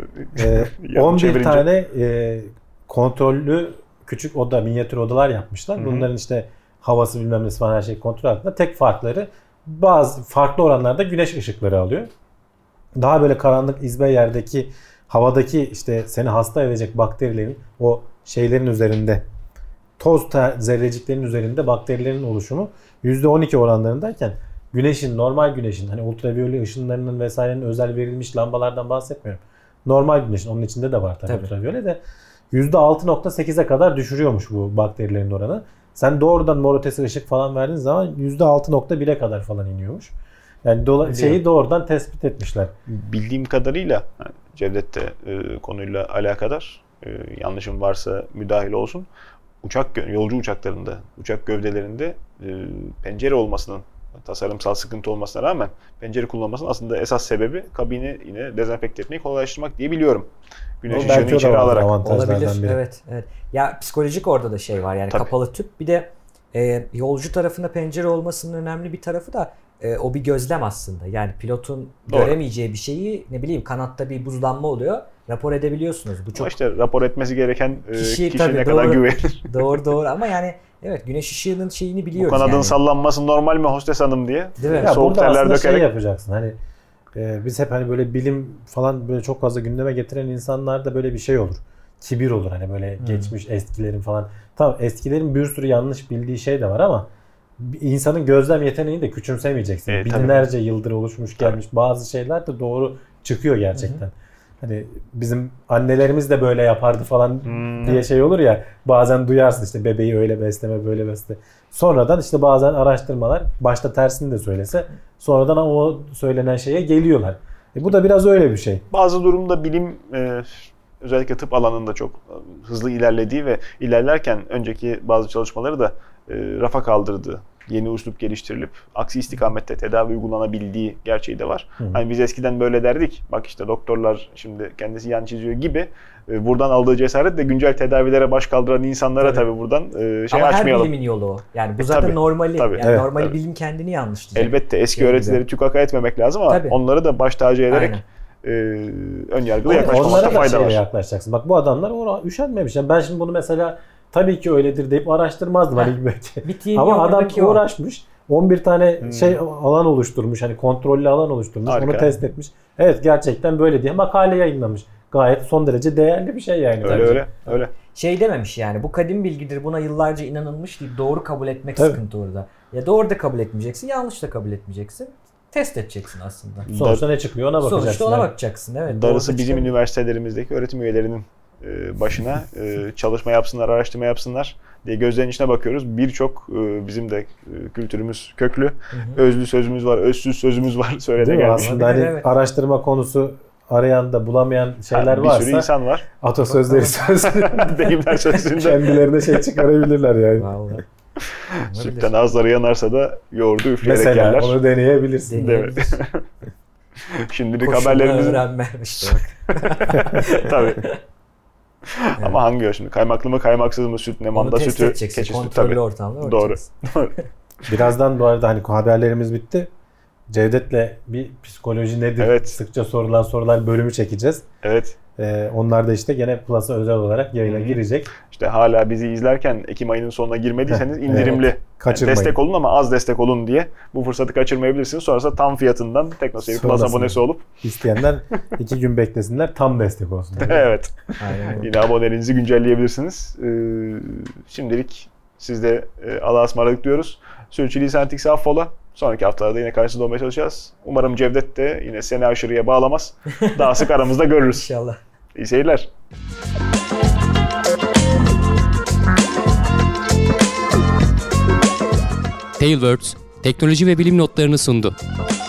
11 tane kontrollü küçük oda, minyatür odalar yapmışlar. Bunların işte havası bilmem nesi falan her şey kontrol altında. Tek farkları bazı farklı oranlarda güneş ışıkları alıyor. Daha böyle karanlık izbe yerdeki havadaki işte seni hasta edecek bakterilerin o şeylerin üzerinde, toz zerreciklerin üzerinde bakterilerin oluşumu %12 oranlarındayken normal güneşin hani ultraviyole ışınlarının vesairenin özel verilmiş lambalardan bahsetmiyorum. Normal güneşin, onun içinde de var tabii. Ultraviyole de %6.8'e kadar düşürüyormuş bu bakterilerin oranı. Sen doğrudan mor ötesi ışık falan verdiğin zaman %6.1'e kadar falan iniyormuş. Yani şeyi doğrudan tespit etmişler. Bildiğim kadarıyla Cevdet de konuyla alakadar, yanlışım varsa müdahil olsun. yolcu uçaklarında, uçak gövdelerinde pencere olmasının, tasarımsal sıkıntı olmasına rağmen pencere kullanmasının aslında esas sebebi kabini yine dezenfekte etmeyi kolaylaştırmak diye biliyorum. Güneş ışığını içeri alarak. Olabilir. Evet. Ya psikolojik orada da şey var yani Tabii. kapalı tüp. Bir de yolcu tarafında pencere olmasının önemli bir tarafı da o bir gözlem aslında. Yani pilotun göremeyeceği bir şeyi ne bileyim kanatta bir buzlanma oluyor. Rapor edebiliyorsunuz. Bu çok Ama işte rapor etmesi gereken kişi tabii, ne kadar güvenilir. Doğru ama yani evet güneş ışığının şeyini Bu biliyoruz kanadın yani. sallanması normal mi hostes hanım diye. Değil mi? Ya Soğuk burada terler aslında dökerek. şey yapacaksın. Hani biz hep hani böyle bilim falan böyle çok fazla gündeme getiren insanlarda böyle bir şey olur. Kibir olur hani böyle geçmiş eskilerin falan. Tamam eskilerin bir sürü yanlış bildiği şey de var ama insanın gözlem yeteneğini de küçümsemeyeceksin. Binlerce yıldır oluşmuş gelmiş bazı şeyler de doğru çıkıyor gerçekten. Hani bizim annelerimiz de böyle yapardı falan diye şey olur ya bazen duyarsın işte bebeği öyle besleme böyle besle. Sonradan işte bazen araştırmalar başta tersini de söylese sonradan o söylenen şeye geliyorlar. Bu da biraz öyle bir şey. Bazı durumda bilim özellikle tıp alanında çok hızlı ilerlediği ve ilerlerken önceki bazı çalışmaları da rafa kaldırdığı, yeni üslup geliştirilip aksi istikamette tedavi uygulanabildiği gerçeği de var. Hani biz eskiden böyle derdik. Bak işte doktorlar şimdi kendisi yan çiziyor gibi. Buradan aldığı cesaret de güncel tedavilere baş kaldıran insanlara tabii buradan Ama açmayalım. her bilimin yolu o. Yani bu zaten normali. Tabii. Yani normali bilim kendini yanlışlayacak. Elbette eski öğretileri tükaka etmemek lazım ama onları da baş tacı ederek ön yargılı yaklaşmamakta onlara da fayda var. yaklaşacaksın. Bak bu adamlar üşenmemiş. Yani ben şimdi bunu mesela tabii ki öyledir deyip araştırmazdım hani belki. Ama adam uğraşmış. 11 tane alan oluşturmuş. Hani kontrollü alan oluşturmuş. Harika. Onu test etmiş. Evet gerçekten böyle diye makale yayınlamış. Gayet son derece değerli bir şey yani. Öyle. Şey dememiş yani bu kadim bilgidir buna yıllarca inanılmış deyip doğru kabul etmek sıkıntı orada. Ya doğru da kabul etmeyeceksin, yanlış da kabul etmeyeceksin. Test edeceksin aslında. Sonuçta ne çıkıyor ona bakacaksın. Sonuçta ona bakacaksın. Evet. Darısı bizim üniversitelerimizdeki öğretim üyelerinin başına çalışma yapsınlar, araştırma yapsınlar diye gözlerinin içine bakıyoruz. Birçok bizim de kültürümüz köklü. Özlü sözümüz var, özsüz sözümüz var söylede gelmiş. Aslında hani araştırma konusu arayan da bulamayan şeyler varsa bir sürü insan var. Atasözleri deyimler sözünde kendilerine çıkarabilirler yani. Vallahi. Sütten ağızları yanarsa da yoğurdu üfleyerek yerler. Mesela onu deneyebilirsin. Evet. Şimdilik haberlerimizin... öğrenme işte bak. Tabii. Ama hangi o şimdi? Kaymaklı mı kaymaksız mı süt ne manda sütü keçi sütü tabii. Ortamda Doğru. Birazdan bu arada hani haberlerimiz bitti. Cevdet'le bir psikoloji nedir? Sıkça sorulan sorular bölümü çekeceğiz. Evet. Onlar da işte gene Plus'a özel olarak yayına girecek. İşte hala bizi izlerken Ekim ayının sonuna girmediyseniz indirimli. Yani destek olun ama az destek olun diye bu fırsatı kaçırmayabilirsiniz. Sonrasında tam fiyatından Teknoseyir Plus abonesi olup isteyenler 2 gün beklesinler tam destek olsun. Evet. Yine aboneliğinizi güncelleyebilirsiniz. Şimdilik siz de Allah'a ısmarladık diyoruz. Sürçülisan ettikse affola. Sonraki haftalarda yine karşınızda olmaya çalışacağız. Umarım Cevdet de yine seni aşırıya bağlamaz. Daha sık aramızda görürüz. İnşallah. İyi seyirler. Tailwords, teknoloji ve bilim notlarını sundu.